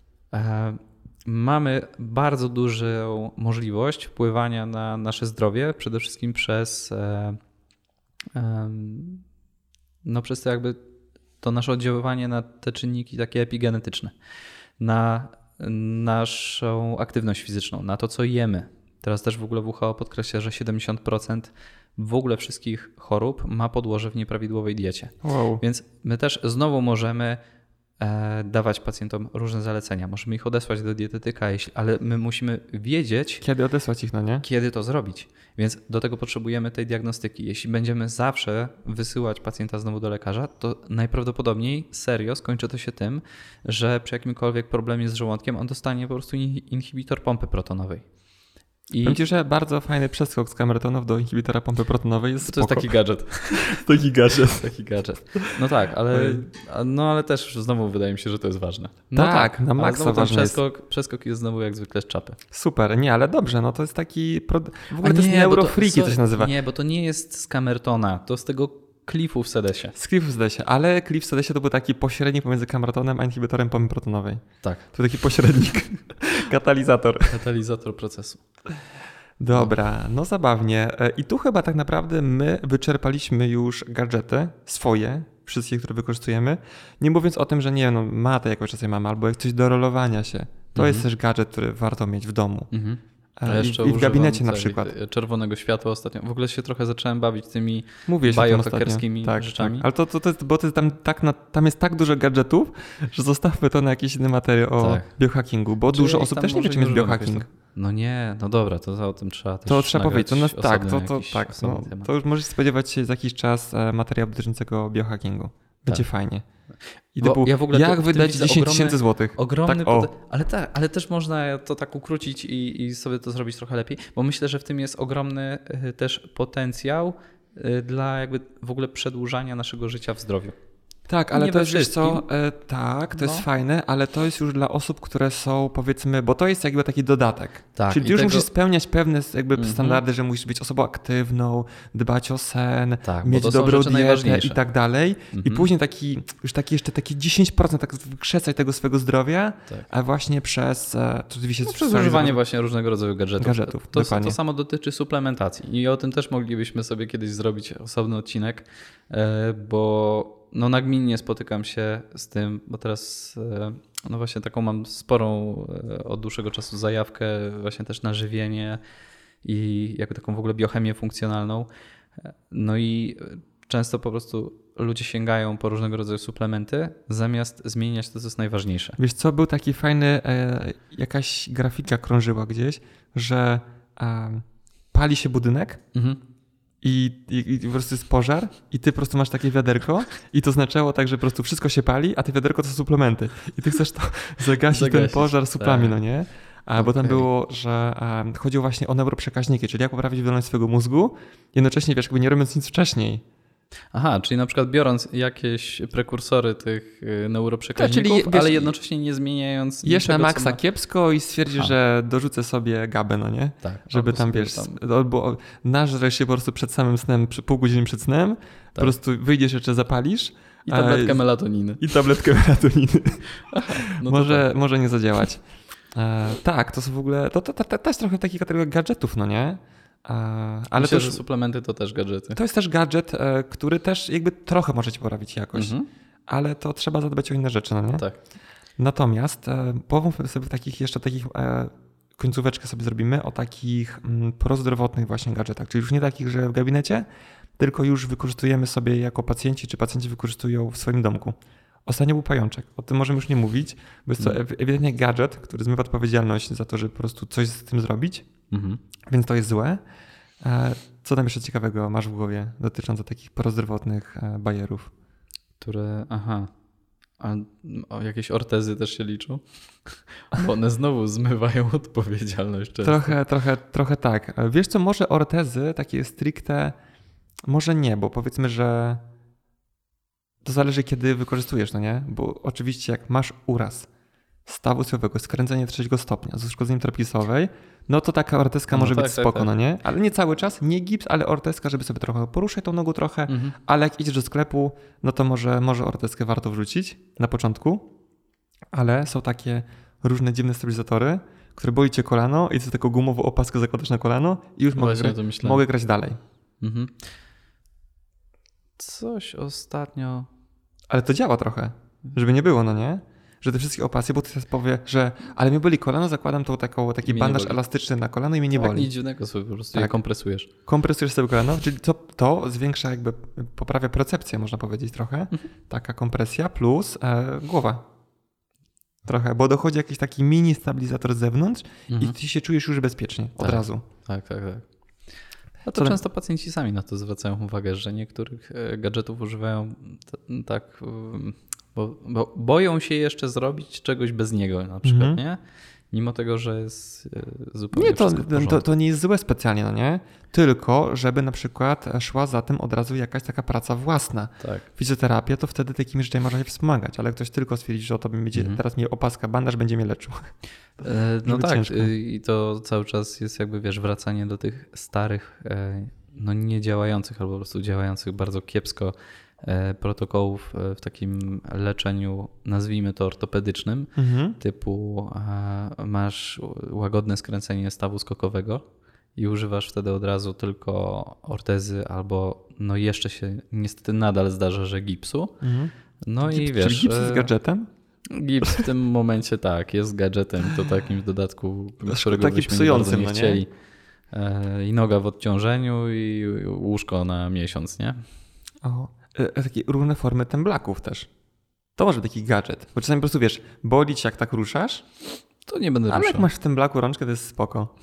mamy bardzo dużą możliwość wpływania na nasze zdrowie, przede wszystkim przez no przez to jakby to nasze oddziaływanie na te czynniki takie epigenetyczne, na naszą aktywność fizyczną, na to, co jemy. Teraz też w ogóle W H O podkreśla, że siedemdziesiąt procent w ogóle wszystkich chorób ma podłoże w nieprawidłowej diecie. Wow. Więc my też znowu możemy e, dawać pacjentom różne zalecenia. Możemy ich odesłać do dietetyka, jeśli, ale my musimy wiedzieć, Kiedy odesłać ich, no nie? kiedy to zrobić. Więc do tego potrzebujemy tej diagnostyki. Jeśli będziemy zawsze wysyłać pacjenta znowu do lekarza, to najprawdopodobniej serio skończy to się tym, że przy jakimkolwiek problemie z żołądkiem on dostanie po prostu inhibitor pompy protonowej. I Powiem ci, że bardzo fajny przeskok z kamertonów do inhibitora pompy protonowej jest to spoko. jest taki gadżet. taki gadżet. Taki gadżet. No tak, ale, no ale też znowu wydaje mi się, że to jest ważne. No tak, na ale maksa znowu ten ważne jest. przeskok, przeskok jest znowu jak zwykle z czapy. Super, nie, ale dobrze, no to jest taki, pro... w ogóle A to jest nie, bo neurofreaky, to, sorry, się nazywa. Nie, bo to nie jest z kamertona, to z tego klifu w sedesie. Z Cliff w sedesie, ale Cliff w sedesie to był taki pośrednik pomiędzy kamertonem a inhibitorem pompy protonowej. Tak. To był taki pośrednik, katalizator. Katalizator procesu. Dobra, no zabawnie. I tu chyba tak naprawdę my wyczerpaliśmy już gadżety swoje, wszystkie, które wykorzystujemy. Nie mówiąc o tym, że nie no matę jakąś czasem mamy, albo jak coś do rolowania się. To Mhm. jest też gadżet, który warto mieć w domu. Mhm. E, Ja I, jeszcze I w gabinecie używam na tej- przykład. czerwonego światła ostatnio. W ogóle się trochę zacząłem bawić tymi Mówię się o tym ostatnio. biohackerskimi tak, rzeczami. Tak. Ale to, to, to jest, bo to jest tam, tak na, tam jest tak dużo gadżetów, że zostawmy to na jakiś inny materiał o Tak. biohackingu, bo Czy dużo ich osób tam też nie wie, może czym jest nie używam biohacking. jakoś tam? No nie, no dobra, to o tym trzeba też To trzeba nagrać powiedzieć. To nas, tak, osobny to, to, jakiś tak osobny no, temat. to już możesz spodziewać się za jakiś czas e, materiału dotyczącego biohackingu. Będzie Tak. fajnie. I Bo typu, ja w ogóle to- jak w tym wydać widzę dziesięć ogromny- tysięcy złotych? Ogromny Tak, o. poten- ale tak, ale też można to tak ukrócić i, i sobie to zrobić trochę lepiej, bo myślę, że w tym jest ogromny y, też potencjał y, dla jakby w ogóle przedłużania naszego życia w zdrowiu. Tak, ale Nie to we jest, wiesz co, wszystkim. e, tak, to No. jest fajne, ale to jest już dla osób, które są, powiedzmy, bo to jest jakby taki dodatek. Tak, Czyli i ty już tego- musisz spełniać pewne jakby Mhm. standardy, że musisz być osobą aktywną, dbać o sen, Tak, bo mieć to są dobrą rzeczy dietę najważniejsze. i tak dalej. I Mhm. później taki, już taki jeszcze takie dziesięć procent tak wykrzesać tego swojego zdrowia, Tak. a właśnie przez, e, to oczywiście No, przez używanie właśnie różnego rodzaju gadżetów. Gadżetów, to, to, dokładnie. to samo dotyczy suplementacji i o tym też moglibyśmy sobie kiedyś zrobić osobny odcinek, e, bo no nagminnie spotykam się z tym, bo teraz e, no właśnie taką mam sporą e, od dłuższego czasu zajawkę właśnie też na żywienie i jakby taką w ogóle biochemię funkcjonalną. E, No i często po prostu ludzie sięgają po różnego rodzaju suplementy, zamiast zmieniać to, co jest najważniejsze. Wiesz co, był taki fajny, e, jakaś grafika krążyła gdzieś, że e, pali się budynek, Mhm. I, i, i po prostu jest pożar i ty po prostu masz takie wiaderko i to oznaczało tak, że po prostu wszystko się pali, a te wiaderko to są suplementy. I ty chcesz to zagasić, ten Zagasić, pożar suplami, tak. no nie? A, Bo tam Okej. było, że um, chodziło właśnie o neuroprzekaźniki, czyli jak poprawić wydolność swojego mózgu, jednocześnie wiesz, jakby nie robiąc nic wcześniej. Aha, czyli na przykład biorąc jakieś prekursory tych y, neuroprzekaźników, Tak, czyli wiesz, ale jednocześnie nie zmieniając Jesz na niczego, co maksa ma... kiepsko i stwierdzisz, Aha. że dorzucę sobie gabę, no nie? Tak, Żeby albo tam, sobie wiesz, albo nażresz się po prostu przed samym snem, przy- pół godziny przed snem, po prostu wyjdziesz jeszcze zapalisz. I tabletkę a, melatoniny. I tabletkę melatoniny. No to może, tak. może nie zadziałać. E, tak, to są w ogóle, to, to, to, to też trochę taki kategoria gadżetów, no nie? E, ale Myślę, też, że suplementy to też gadżety. to jest też gadżet, e, który też jakby trochę może ci poprawić jakość, Mhm. ale to trzeba zadbać o inne rzeczy, no nie? Tak. Natomiast e, pomówmy sobie w takich jeszcze takich e, końcóweczkę sobie zrobimy o takich mm, prozdrowotnych właśnie gadżetach, czyli już nie takich, że w gabinecie, tylko już wykorzystujemy sobie jako pacjenci, czy pacjenci wykorzystują w swoim domku. Ostatnio był pajączek. O tym możemy już nie mówić, bo jest to Mhm. ewidentnie gadżet, który zmywa odpowiedzialność za to, żeby po prostu coś z tym zrobić, Mhm. więc to jest złe. E, Co tam jeszcze ciekawego masz w głowie dotyczące takich prozdrowotnych e, bajerów? Które, aha. A o, jakieś ortezy też się liczą? Bo one znowu zmywają odpowiedzialność często. Trochę, trochę, trochę tak. E, Wiesz co, może ortezy takie stricte, może nie, bo powiedzmy, że to zależy kiedy wykorzystujesz, no nie? Bo oczywiście jak masz uraz stawu siłowego, skręcenie trzeciego stopnia z uszkodzeniem trapezowej, no to taka ortezka No może tak, być tak, spoko, tak. no nie? Ale nie cały czas, nie gips, ale ortezka, żeby sobie trochę poruszać tą nogą trochę, Mhm. ale jak idziesz do sklepu, no to może, może ortezkę warto wrzucić na początku, ale są takie różne dziwne stabilizatory, które boli cię kolano i ty taką gumową opaskę zakładasz na kolano i już mogę, Właśnie gra- to myślałem. mogę grać dalej. Mhm. Coś ostatnio... Ale to działa trochę, żeby nie było, no nie? że te wszystkie operacje, bo ty teraz powie, że ale mnie boli kolano, zakładam tą taką, taki bandaż elastyczny na kolano i mnie nie tak, boli. Nic dziwnego sobie po prostu tak. je kompresujesz. Kompresujesz sobie kolano, czyli to, to zwiększa jakby, poprawia procepcję, można powiedzieć trochę. Mhm. Taka kompresja plus e, głowa. Trochę, bo dochodzi jakiś taki mini stabilizator z zewnątrz mhm. i ty się czujesz już bezpiecznie od tak. razu. Tak, tak, tak. No to Co często ten... pacjenci sami na to zwracają uwagę, że niektórych gadżetów używają t- tak, bo, bo boją się jeszcze zrobić czegoś bez niego na przykład, mhm. nie? Mimo tego, że jest zupełnie nie, to, wszystko w porządku. to, to nie jest złe specjalnie, no nie? Tylko, żeby na przykład szła za tym od razu jakaś taka praca własna. Tak. Fizjoterapia to wtedy takimi rzeczami można się wspomagać, ale ktoś tylko stwierdzi, że o to będzie, mhm. teraz mi opaska, bandaż będzie mnie leczył. E, no tak ciężko. I to cały czas jest jakby, wiesz, wracanie do tych starych, no nie działających albo po prostu działających bardzo kiepsko protokołów w takim leczeniu, nazwijmy to ortopedycznym, mhm. typu masz łagodne skręcenie stawu skokowego i używasz wtedy od razu tylko ortezy albo no jeszcze się niestety nadal zdarza, że gipsu. Mhm. No Gips, i wiesz... Czyli gips z gadżetem? Gips w tym momencie tak, jest gadżetem, to takim w dodatku, którego taki byśmy psującym, nie, nie chcieli. I noga w odciążeniu i łóżko na miesiąc, nie? O. Takie różne formy temblaków też. To może być taki gadżet. Bo czasami po prostu wiesz, boli cię jak tak ruszasz, to nie będę ale ruszał. Jak masz w temblaku rączkę, to jest spoko.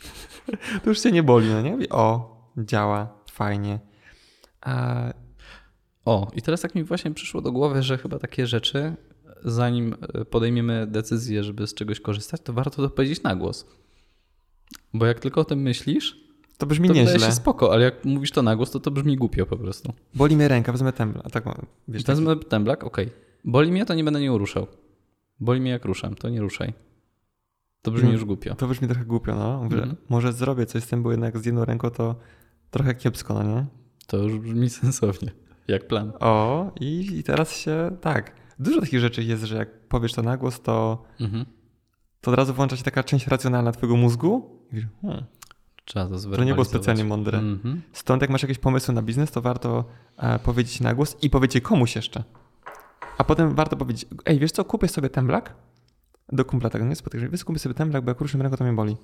To już cię nie boli, no nie? O, działa, fajnie. A... O, i teraz tak mi właśnie przyszło do głowy, że chyba takie rzeczy, zanim podejmiemy decyzję, żeby z czegoś korzystać, to warto to powiedzieć na głos. Bo jak tylko o tym myślisz, to brzmi to nieźle. To wydaje się spoko, ale jak mówisz to na głos, to to brzmi głupio po prostu. Boli mnie ręka, wezmę temblak. Tak, wiesz, wezmę taki... temblak, okej. Okay. Boli mnie, to nie będę nią ruszał. Boli mnie jak ruszam, to nie ruszaj. To brzmi no, już głupio. To brzmi trochę głupio, no. Mówię, mm-hmm. Może zrobię coś z tym, bo jednak z jedną ręką to trochę kiepsko, no nie? To już brzmi sensownie, jak plan. O, i, i teraz się, tak. Dużo takich rzeczy jest, że jak powiesz to na głos, to, mm-hmm. to od razu włącza się taka część racjonalna twojego mózgu i wiesz, hmm. Trzeba to To nie było specjalnie mądre. Mm-hmm. Stąd jak masz jakieś pomysły na biznes, to warto e, powiedzieć na głos i powiedzieć komuś jeszcze. A potem warto powiedzieć, ej, wiesz co, kupię sobie temblak do kumpla tego, nie spotykam, wiesz, kupię sobie temblak, bo jak ruszę ręką, to mnie boli.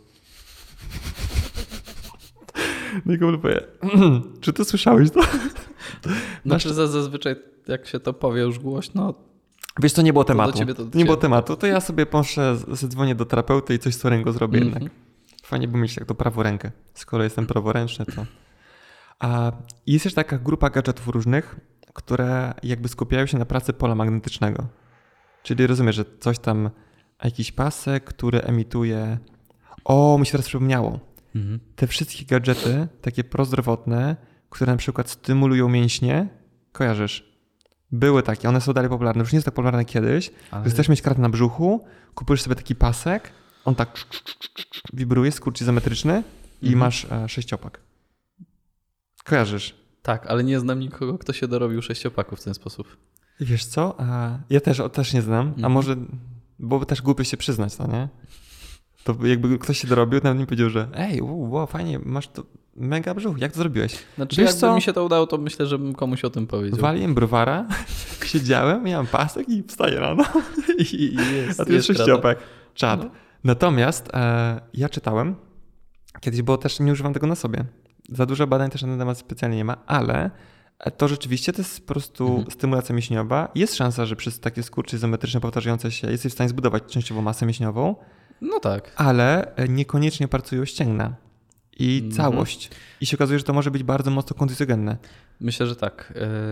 No i kumpel powie, czy ty słyszałeś to? Znaczy zazwyczaj jak się to powie już głośno, wiesz co, nie było tematu. To do ciebie to nie było tematu, to ja sobie poszedł, zadzwonię do terapeuty i coś z tą ręką zrobię mm-hmm. jednak. Fajnie by mieć jak to prawą rękę. Skoro jestem praworęczny, to... A jest jeszcze taka grupa gadżetów różnych, które jakby skupiają się na pracy pola magnetycznego. Czyli rozumiesz, że coś tam, jakiś pasek, który emituje... O, mi się teraz przypomniało. Mhm. Te wszystkie gadżety, takie prozdrowotne, które na przykład stymulują mięśnie, kojarzysz? Były takie, one są dalej popularne. Już nie jest tak popularne kiedyś. Ale... Chcesz mieć kratę na brzuchu, kupujesz sobie taki pasek, on tak wibruje, skurcz izometryczny i mhm. masz e, sześciopak. Kojarzysz? Tak, ale nie znam nikogo, kto się dorobił sześciopaku w ten sposób. Wiesz co? A ja też, też nie znam, mhm. a może, bo też głupio się przyznać, no nie? To jakby ktoś się dorobił, nawet mi powiedział, że ej, wow, fajnie, masz to mega brzuch, jak to zrobiłeś? Znaczy wiesz jakby co? Mi się to udało, to myślę, żebym komuś o tym powiedział. Waliłem browara, siedziałem, miałem pasek i wstaję rano. I jest, a tu jest sześciopak. Czad. No. Natomiast e, ja czytałem kiedyś, bo też nie używam tego na sobie. Za dużo badań też na ten temat specjalnie nie ma, ale to rzeczywiście to jest po prostu mhm. stymulacja mięśniowa. Jest szansa, że przez takie skurcze izometryczne powtarzające się jesteś w stanie zbudować częściowo masę mięśniową. No tak. Ale niekoniecznie pracują ścięgna i mhm. całość. I się okazuje, że to może być bardzo mocno kontuzjogenne. Myślę, że tak.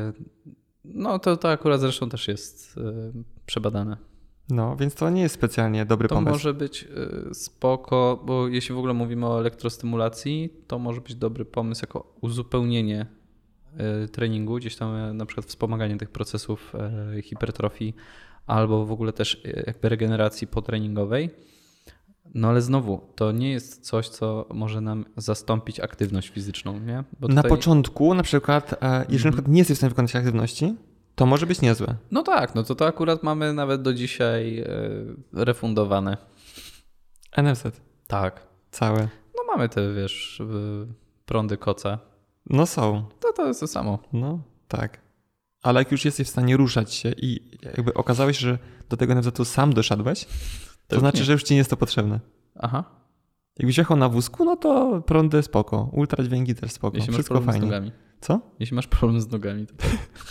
No to, to akurat zresztą też jest przebadane. No, więc to nie jest specjalnie dobry to pomysł. To może być spoko, bo jeśli w ogóle mówimy o elektrostymulacji, to może być dobry pomysł jako uzupełnienie treningu, gdzieś tam na przykład wspomaganie tych procesów hipertrofii albo w ogóle też jakby regeneracji potreningowej. No ale znowu, to nie jest coś, co może nam zastąpić aktywność fizyczną, nie? Bo tutaj... Na początku na przykład, jeżeli mm-hmm. na przykład nie jesteś w stanie wykonać aktywności, to może być niezłe. No tak, no to to akurat mamy nawet do dzisiaj refundowane. N F Z. Tak. Całe. No mamy te, wiesz, prądy koca. No są. To to jest to samo. No tak. ale jak już jesteś w stanie ruszać się i jakby okazałeś, że do tego N F Z-u sam doszedłeś, to, to znaczy, nie. że już ci nie jest to potrzebne. Aha. Jakbyś jechał na wózku, no to prądy spoko, ultradźwięki też spoko, Jeśli wszystko masz problem fajnie. Z nogami. Co? Jeśli masz problem z nogami, to tak.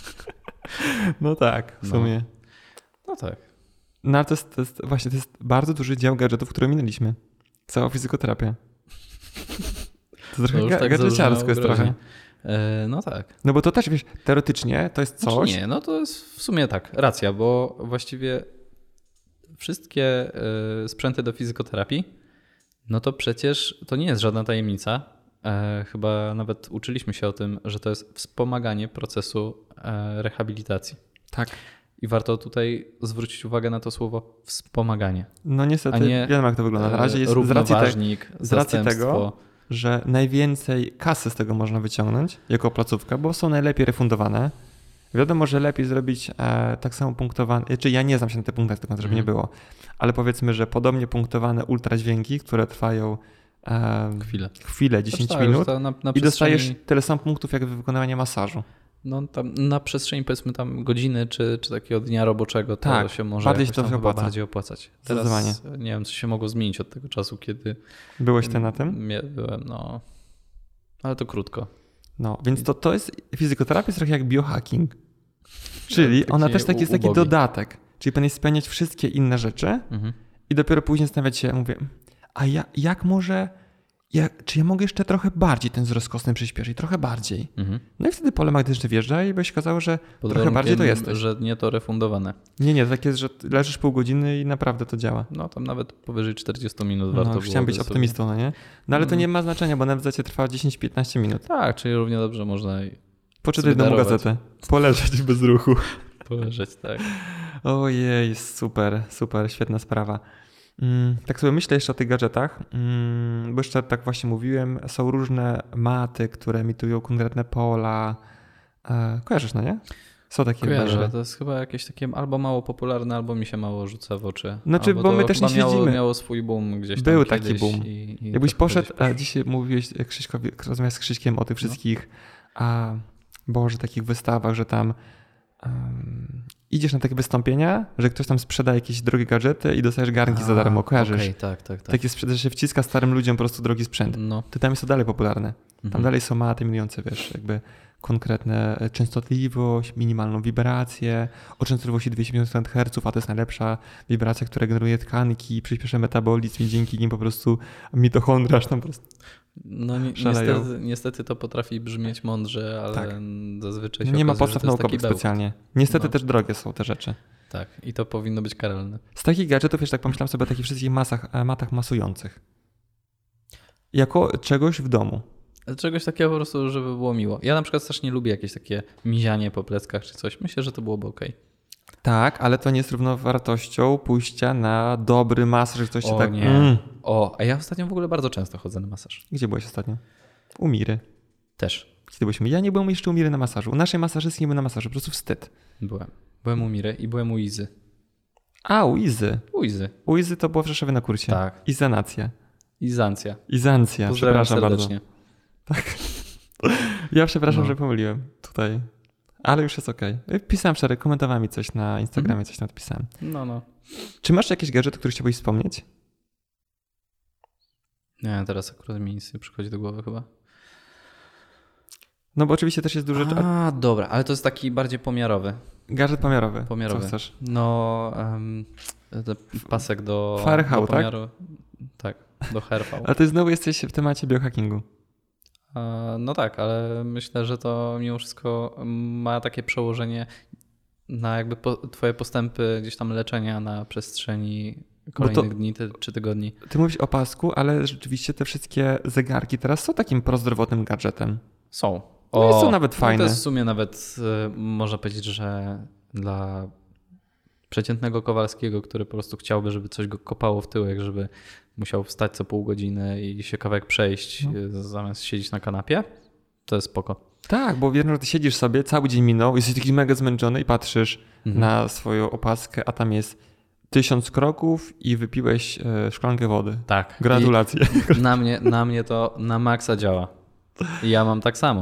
No tak, w no. sumie. No tak. No ale to jest, to jest właśnie to jest bardzo duży dział gadżetów, które minęliśmy. Cała fizjoterapia. To trochę ga- tak gadżeciarsko jest trochę. E, no tak. No bo to też, wiesz, teoretycznie to jest coś... Znaczy nie, no to jest w sumie tak, racja, bo właściwie wszystkie y, sprzęty do fizykoterapii, no to przecież to nie jest żadna tajemnica. E, chyba nawet uczyliśmy się o tym, że to jest wspomaganie procesu e, rehabilitacji. Tak. I warto tutaj zwrócić uwagę na to słowo wspomaganie. No niestety, nie, wiem jak to wygląda. Na razie jest z racji, te, z racji tego, że najwięcej kasy z tego można wyciągnąć jako placówka, bo są najlepiej refundowane. Wiadomo, że lepiej zrobić e, tak samo punktowane, czy ja nie znam się na te punkty, żeby mm. nie było, ale powiedzmy, że podobnie punktowane ultradźwięki, które trwają e, chwilę, chwilę dziesięć tak, minut na, na i przestrzeni... dostajesz tyle samo punktów, jak wykonywanie masażu. No tam na przestrzeni powiedzmy tam godziny, czy, czy takiego dnia roboczego, to tak, się może bardziej jakoś to tam się chyba opłaca. bardziej opłacać. Teraz nie wiem, co się mogło zmienić od tego czasu, kiedy... Byłeś ty na tym? Byłem, no. Ale to krótko. No, więc to, to jest, fizykoterapia jest trochę jak biohacking. Czyli taki ona też taki, jest taki ubogi. dodatek. Czyli powinien spełniać wszystkie inne rzeczy mhm. i dopiero później zastanawiać się, mówię, a ja, jak może, jak, czy ja mogę jeszcze trochę bardziej ten wzrost kostny przyspieszyć, trochę bardziej. Mhm. No i wtedy pole magnetyczne wjeżdża i byś kazało, że Pod trochę bardziej to jesteś. Że nie to refundowane. Nie, nie, to tak jest, że leżysz pół godziny i naprawdę to działa. No tam nawet powyżej czterdzieści minut warto no, było. Chciałem być optymistą, no nie? No ale to nie ma znaczenia, bo na N F Z trwa dziesięć piętnaście minut. Tak, czyli równie dobrze można poczytać domu gazetę, poleżeć bez ruchu. Poleżeć, tak. Ojej, super, super, świetna sprawa. Mm, tak sobie myślę jeszcze o tych gadżetach, mm, bo jeszcze tak właśnie mówiłem, są różne maty, które emitują konkretne pola. E, kojarzysz, no nie? Są takie Kojarzę, bardzo. to jest chyba jakieś takie albo mało popularne, albo mi się mało rzuca w oczy. Znaczy, bo my też nie miało, siedzimy. miało swój boom gdzieś tam Był taki boom. I, i Jakbyś poszedł, a dzisiaj mówiłeś Krzyśkowi, rozmawiałeś z Krzyśkiem o tych wszystkich, no. a Boże, takich wystawach, że tam um, idziesz na takie wystąpienia, że ktoś tam sprzeda jakieś drogie gadżety i dostajesz garnki a, za darmo, kojarzysz? Okay, tak, tak, tak. Takie sprzeda, że się wciska starym ludziom po prostu drogi sprzęt. No. To tam jest to dalej popularne. Tam mhm. dalej są maty iminujące, wiesz, jakby konkretne częstotliwość, minimalną wibrację, o częstotliwości dwieście pięćdziesiąt herców, a to jest najlepsza wibracja, która generuje tkanki, przyspiesza metabolizm i dzięki nim po prostu mitochondria aż tam po prostu No ni- niestety, niestety to potrafi brzmieć mądrze, ale tak. zazwyczaj się nie okazuje, ma podstaw naukowych specjalnie. Niestety no. też drogie są te rzeczy. Tak, i to powinno być karalne. Z takich gadżetów jeszcze tak pomyślałem sobie o takich wszystkich masach, matach masujących. Jako czegoś w domu. Czegoś takiego po prostu, żeby było miło. Ja na przykład strasznie lubię jakieś takie mizianie po pleckach czy coś. Myślę, że to byłoby okej. Tak, ale to nie jest równowartością pójścia na dobry masaż, że coś o, się tak... nie. Mm. O, a ja ostatnio w ogóle bardzo często chodzę na masaż. Gdzie byłeś ostatnio? U Miry. Też. Kiedy byliśmy? Ja nie byłem jeszcze u Miry na masażu. U naszej masażystki nie byłem na masażu, po prostu wstyd. Byłem. Byłem u Miry i byłem u Izy. A, u Izy. U Izy. U Izy to było w Rzeszowie na kursie. Tak. Izanacja. Izancja. Izancja, Pozdrawiam przepraszam serdecznie. bardzo. Tak. Ja przepraszam, no. że pomyliłem tutaj. Ale już jest okej. Okay. Pisałem wczoraj, komentowałem mi coś na Instagramie, mm. coś napisałem. No, no. Czy masz jakieś gadżety, które chciałbyś wspomnieć? Nie, teraz akurat mi nic nie przychodzi do głowy chyba. No bo oczywiście też jest dużo... A, dobra, ale to jest taki bardziej pomiarowy. Gadżet pomiarowy. Pomiarowy. Co chcesz? No, um, pasek do... V R V, do tak? Tak, do H R V. Ale ty znowu jesteś w temacie biohackingu. No tak, ale myślę, że to mimo wszystko ma takie przełożenie na jakby po, twoje postępy gdzieś tam leczenia na przestrzeni kolejnych to, dni ty, czy tygodni. Ty mówisz o pasku, ale rzeczywiście te wszystkie zegarki teraz są takim prozdrowotnym gadżetem. Są. O, no są nawet fajne. No to jest w sumie nawet y, można powiedzieć, że dla przeciętnego Kowalskiego, który po prostu chciałby, żeby coś go kopało w tyłek, żeby musiał wstać co pół godziny i się kawałek przejść no. zamiast siedzieć na kanapie, to jest spoko. Tak, bo wiem, że ty siedzisz sobie, cały dzień minął, jesteś taki mega zmęczony i patrzysz mhm. na swoją opaskę, a tam jest tysiąc kroków i wypiłeś e, szklankę wody. Tak. Gratulacje. Na mnie, na mnie to na maksa działa. I ja mam tak samo.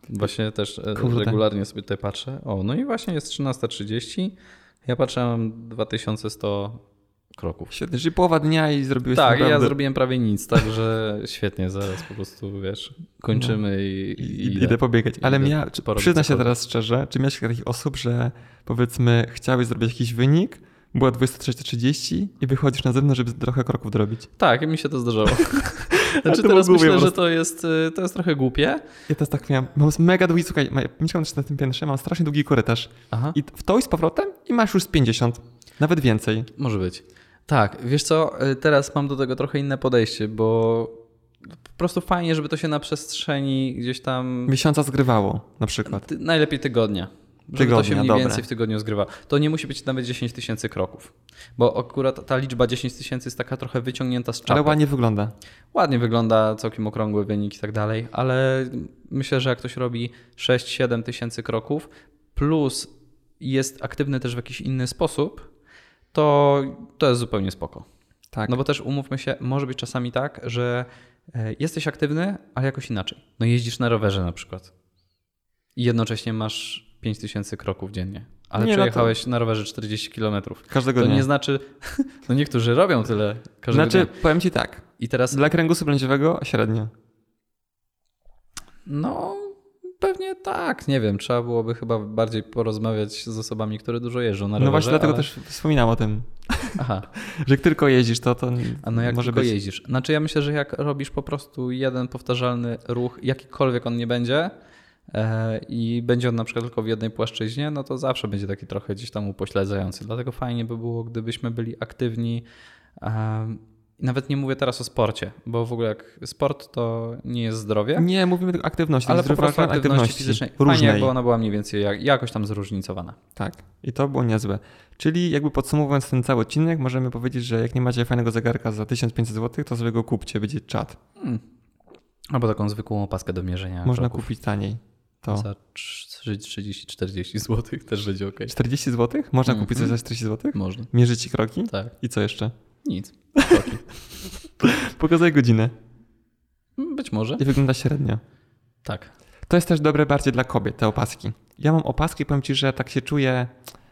Właśnie też Kurde. regularnie sobie tutaj patrzę. O, no i właśnie jest trzynasta trzydzieści. Ja patrzyłem dwa tysiące sto kroków. Świetnie, czyli połowa dnia i zrobiłeś Tak, naprawdę... ja zrobiłem prawie nic, także świetnie, zaraz po prostu, wiesz, kończymy no. i, i, I idę, idę pobiegać. Ale idę mia... przyznaj się teraz szczerze, czy miałeś takich osób, że powiedzmy chciałeś zrobić jakiś wynik, była dwadzieścia trzy trzydzieści i wychodzisz na zewnątrz, żeby trochę kroków dorobić? Tak, mi się to zdarzało. Znaczy teraz myślę, że to jest, to jest trochę głupie. Ja też tak miałem. Mam mega długi, słuchaj, mieszkam na tym piętrze, mam strasznie długi korytarz. Aha. I w to i z powrotem i masz już z pięćdziesiąt, nawet więcej. Może być. Tak, wiesz co, teraz mam do tego trochę inne podejście, bo po prostu fajnie, żeby to się na przestrzeni gdzieś tam... Miesiąca zgrywało na przykład. Ty, najlepiej tygodnia. Żeby tygodnia, to się mniej dobre. Więcej w tygodniu zgrywa. To nie musi być nawet dziesięć tysięcy kroków, bo akurat ta liczba dziesięć tysięcy jest taka trochę wyciągnięta z czapy. Ale ładnie wygląda. Ładnie wygląda, całkiem okrągły wynik i tak dalej, ale myślę, że jak ktoś robi sześć siedem tysięcy kroków plus jest aktywny też w jakiś inny sposób, to, to jest zupełnie spoko. Tak. No bo też umówmy się, może być czasami tak, że jesteś aktywny, ale jakoś inaczej. No jeździsz na rowerze na przykład i jednocześnie masz pięć tysięcy kroków dziennie, ale nie, przejechałeś no to... na rowerze czterdzieści kilometrów. Każdego to dnia. To nie znaczy, no niektórzy robią tyle każdego znaczy, dnia. powiem ci tak, I teraz... dla kręgosłupa lędźwiowego średnio. No pewnie tak, nie wiem, trzeba byłoby chyba bardziej porozmawiać z osobami, które dużo jeżdżą na rowerze. No właśnie dlatego ale... też wspominam o tym, Aha. że jak tylko jeździsz, to to A no jak może tylko być... jeździsz. Znaczy ja myślę, że jak robisz po prostu jeden powtarzalny ruch, jakikolwiek on nie będzie e, i będzie on na przykład tylko w jednej płaszczyźnie, no to zawsze będzie taki trochę gdzieś tam upośledzający. Dlatego fajnie by było, gdybyśmy byli aktywni. E, Nawet nie mówię teraz o sporcie, bo w ogóle jak sport to nie jest zdrowie. Nie, mówimy o aktywności. Ale po prostu aktywności, aktywności fizycznej. Różnej. Fajnie, jakby ona była mniej więcej jakoś tam zróżnicowana. Tak, i to było niezłe. Czyli jakby podsumowując ten cały odcinek, możemy powiedzieć, że jak nie macie fajnego zegarka za tysiąc pięćset złotych, to sobie go kupcie, będzie czat. Hmm. Albo taką zwykłą opaskę do mierzenia Można kroków. kupić taniej. To. Za trzydzieści czterdzieści złotych też będzie ok. czterdzieści złotych? Można mm-hmm. kupić coś za czterdzieści złotych? Można. Mierzy ci kroki? Tak. I co jeszcze? Nic. Kroki. Pokazuję godzinę. Być może. I wygląda średnio. Tak. To jest też dobre bardziej dla kobiet, te opaski. Ja mam opaski i powiem ci, że tak się czuję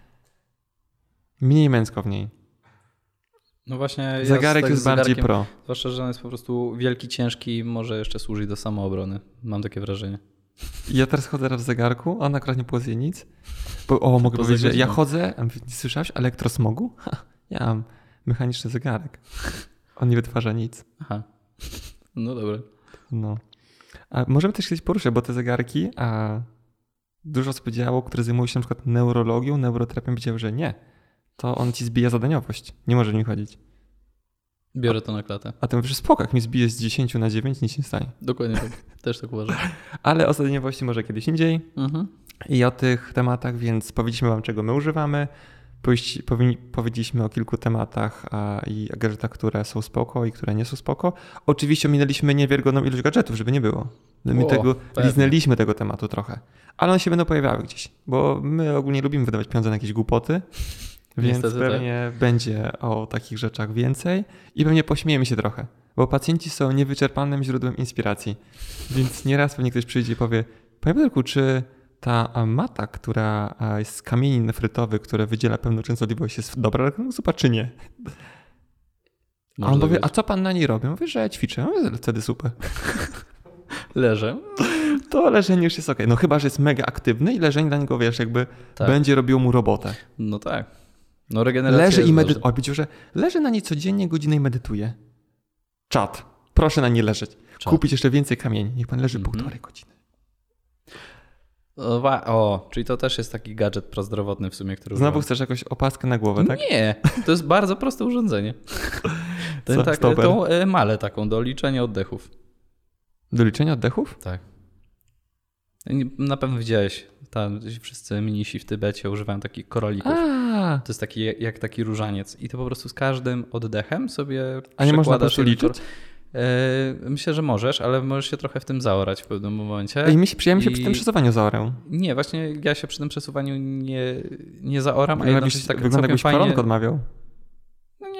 mniej męsko w niej. No właśnie. Zegarek ja jest bardziej pro. Zwłaszcza, że on jest po prostu wielki, ciężki i może jeszcze służyć do samoobrony. Mam takie wrażenie. Ja teraz chodzę w zegarku, a on akurat nie płazuje nic. Bo, o, mogę powiedzieć, że ja chodzę, nie słyszałeś elektrosmogu? Ha, ja mam mechaniczny zegarek. On nie wytwarza nic. Aha. No dobra. No. A możemy też kiedyś poruszyć, bo te zegarki, a dużo osób powiedziało, które zajmują się na przykład neurologią, neuroterapią, powiedziały, że nie. To on ci zbija zadaniowość. Nie może w nim chodzić. Biorę to na klatę. A ty mówisz, spoko, jak mi zbije z dziesięć na dziewięć, nic nie stanie. Dokładnie tak. Też tak uważam. Ale o zadaniowości może kiedyś indziej. Mhm. I o tych tematach, więc powiedzieliśmy wam, czego my używamy. Powiedzieliśmy o kilku tematach a, i gadżetach, które są spoko i które nie są spoko. Oczywiście ominęliśmy niewiarygodną ilość gadżetów, żeby nie było. My o, tego, liznęliśmy tego tematu trochę. Ale one się będą pojawiały gdzieś, bo my ogólnie lubimy wydawać pieniądze na jakieś głupoty, więc Niestety pewnie tak. będzie o takich rzeczach więcej i pewnie pośmiejemy się trochę, bo pacjenci są niewyczerpanym źródłem inspiracji. Więc nieraz pewnie ktoś przyjdzie i powie, panie Piotrku, czy ta mata, która jest z kamieni nefrytowych, które wydziela pełną częstotliwość, jest dobra dla kręgosłupa, czy nie? A on powie, a co pan na niej robi? Mówię, że ja ćwiczę. Mówię, wtedy super. Leżę. To leżenie już jest okej. Okay. No chyba, że jest mega aktywny i leżenie dla niego, wiesz, jakby tak. będzie robiło mu robotę. No tak. No regeneracja leży i medytuje. O, powiedział, że leży na niej codziennie godzinę i medytuje. Czad. Proszę na niej leżeć. Czad. Kupić jeszcze więcej kamieni. Niech pan leży mm-hmm. półtorej godziny. O, czyli to też jest taki gadżet prozdrowotny w sumie, który... Znowu używam. chcesz jakąś opaskę na głowę, tak? Nie, to jest bardzo proste urządzenie. Ten, tak, tą malę taką do liczenia oddechów. Do liczenia oddechów? Tak. Na pewno widziałeś, tam wszyscy mnisi w Tybecie używają takich korolików. A. To jest taki jak taki różaniec i to po prostu z każdym oddechem sobie A nie można po prostu liczyć? Myślę, że możesz, ale możesz się trochę w tym zaorać w pewnym momencie. I mi się przyjemnie się I... przy tym przesuwaniu zaorę. Nie, właśnie ja się przy tym przesuwaniu nie, nie zaoram, a jednocześnie tak wygląda, jakbyś fajnie... koronkę odmawiał. No nie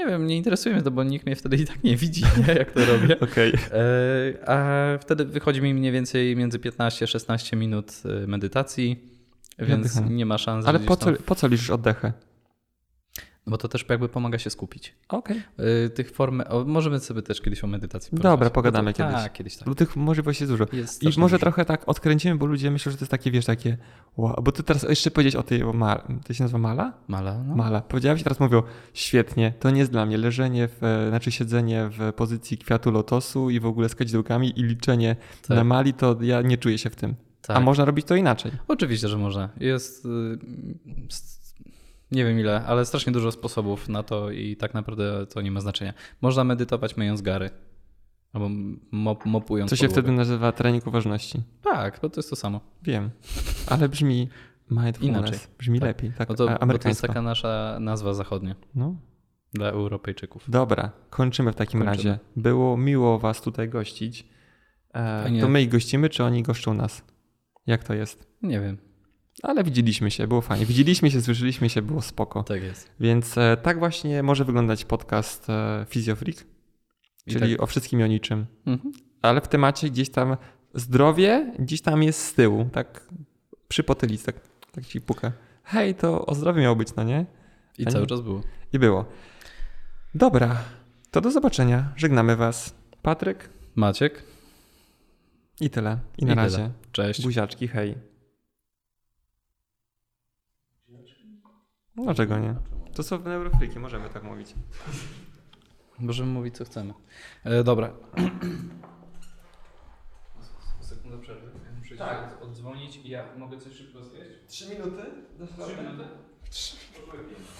wiem, nie interesuje mnie to, bo nikt mnie wtedy i tak nie widzi, nie? Jak to robię. Okej. E, A wtedy wychodzi mi mniej więcej między piętnaście a szesnaście minut medytacji, więc Oddycham. nie ma szans, Ale że po gdzieś tam... co, po co liczysz oddechy? No bo to też jakby pomaga się skupić. Okej. Y, Tych form... O, możemy sobie też kiedyś o medytacji Dobra, porozmawiać. pogadamy Bo to, kiedyś. Tak, kiedyś tak. Bo tych możliwości jest dużo. Jest I strasznie może dużo. trochę tak odkręcimy, bo ludzie myślą, że to jest takie, wiesz, takie wow. Bo ty teraz jeszcze powiedzieć o tej, o Mal, to się nazywa Mala? Mala, no. Mala. Powiedziałeś i teraz mówią, świetnie, to nie jest dla mnie. Leżenie, w, znaczy siedzenie w pozycji kwiatu lotosu i w ogóle z kadzidełkami i liczenie Tak. na Mali, to ja nie czuję się w tym. Tak. A można robić to inaczej. Oczywiście, że można. Jest... y, s- Nie wiem ile, ale strasznie dużo sposobów na to i tak naprawdę to nie ma znaczenia. Można medytować myjąc gary. Albo mop, mopując Co się podłogę. wtedy nazywa trening uważności. Tak, bo to jest to samo. Wiem, ale brzmi mindfulness. Inaczej. Brzmi Tak. lepiej, tak No to, a- bo to jest amerykańsko. taka nasza nazwa zachodnia No. dla Europejczyków. Dobra, kończymy w takim Kończymy. razie. Było miło was tutaj gościć. E, Fajnie. to my ich gościmy, czy oni goszczą nas? Jak to jest? Nie wiem, Ale widzieliśmy się, było fajnie. Widzieliśmy się, słyszeliśmy się, było spoko. tak jest. Więc e, tak właśnie może wyglądać podcast e, Physiofreak, I czyli tak- o wszystkim i o niczym. Mhm. Ale w temacie gdzieś tam zdrowie, gdzieś tam jest z tyłu, tak przy potylicy, tak, tak ci puka. Hej, to o zdrowiu miało być, no nie? I A cały nie. czas było. I było. Dobra, to do zobaczenia. Żegnamy was. Patryk Maciek. i tyle. I na I tyle. razie. Cześć. Buziaczki, hej. Dlaczego nie? To są neurofriki, możemy tak mówić. Możemy mówić co chcemy. E, dobra. Sekunda przerwy. Ja muszę Tak. się oddzwonić i ja mogę coś szybko zjeść? Trzy minuty? Trzy minuty?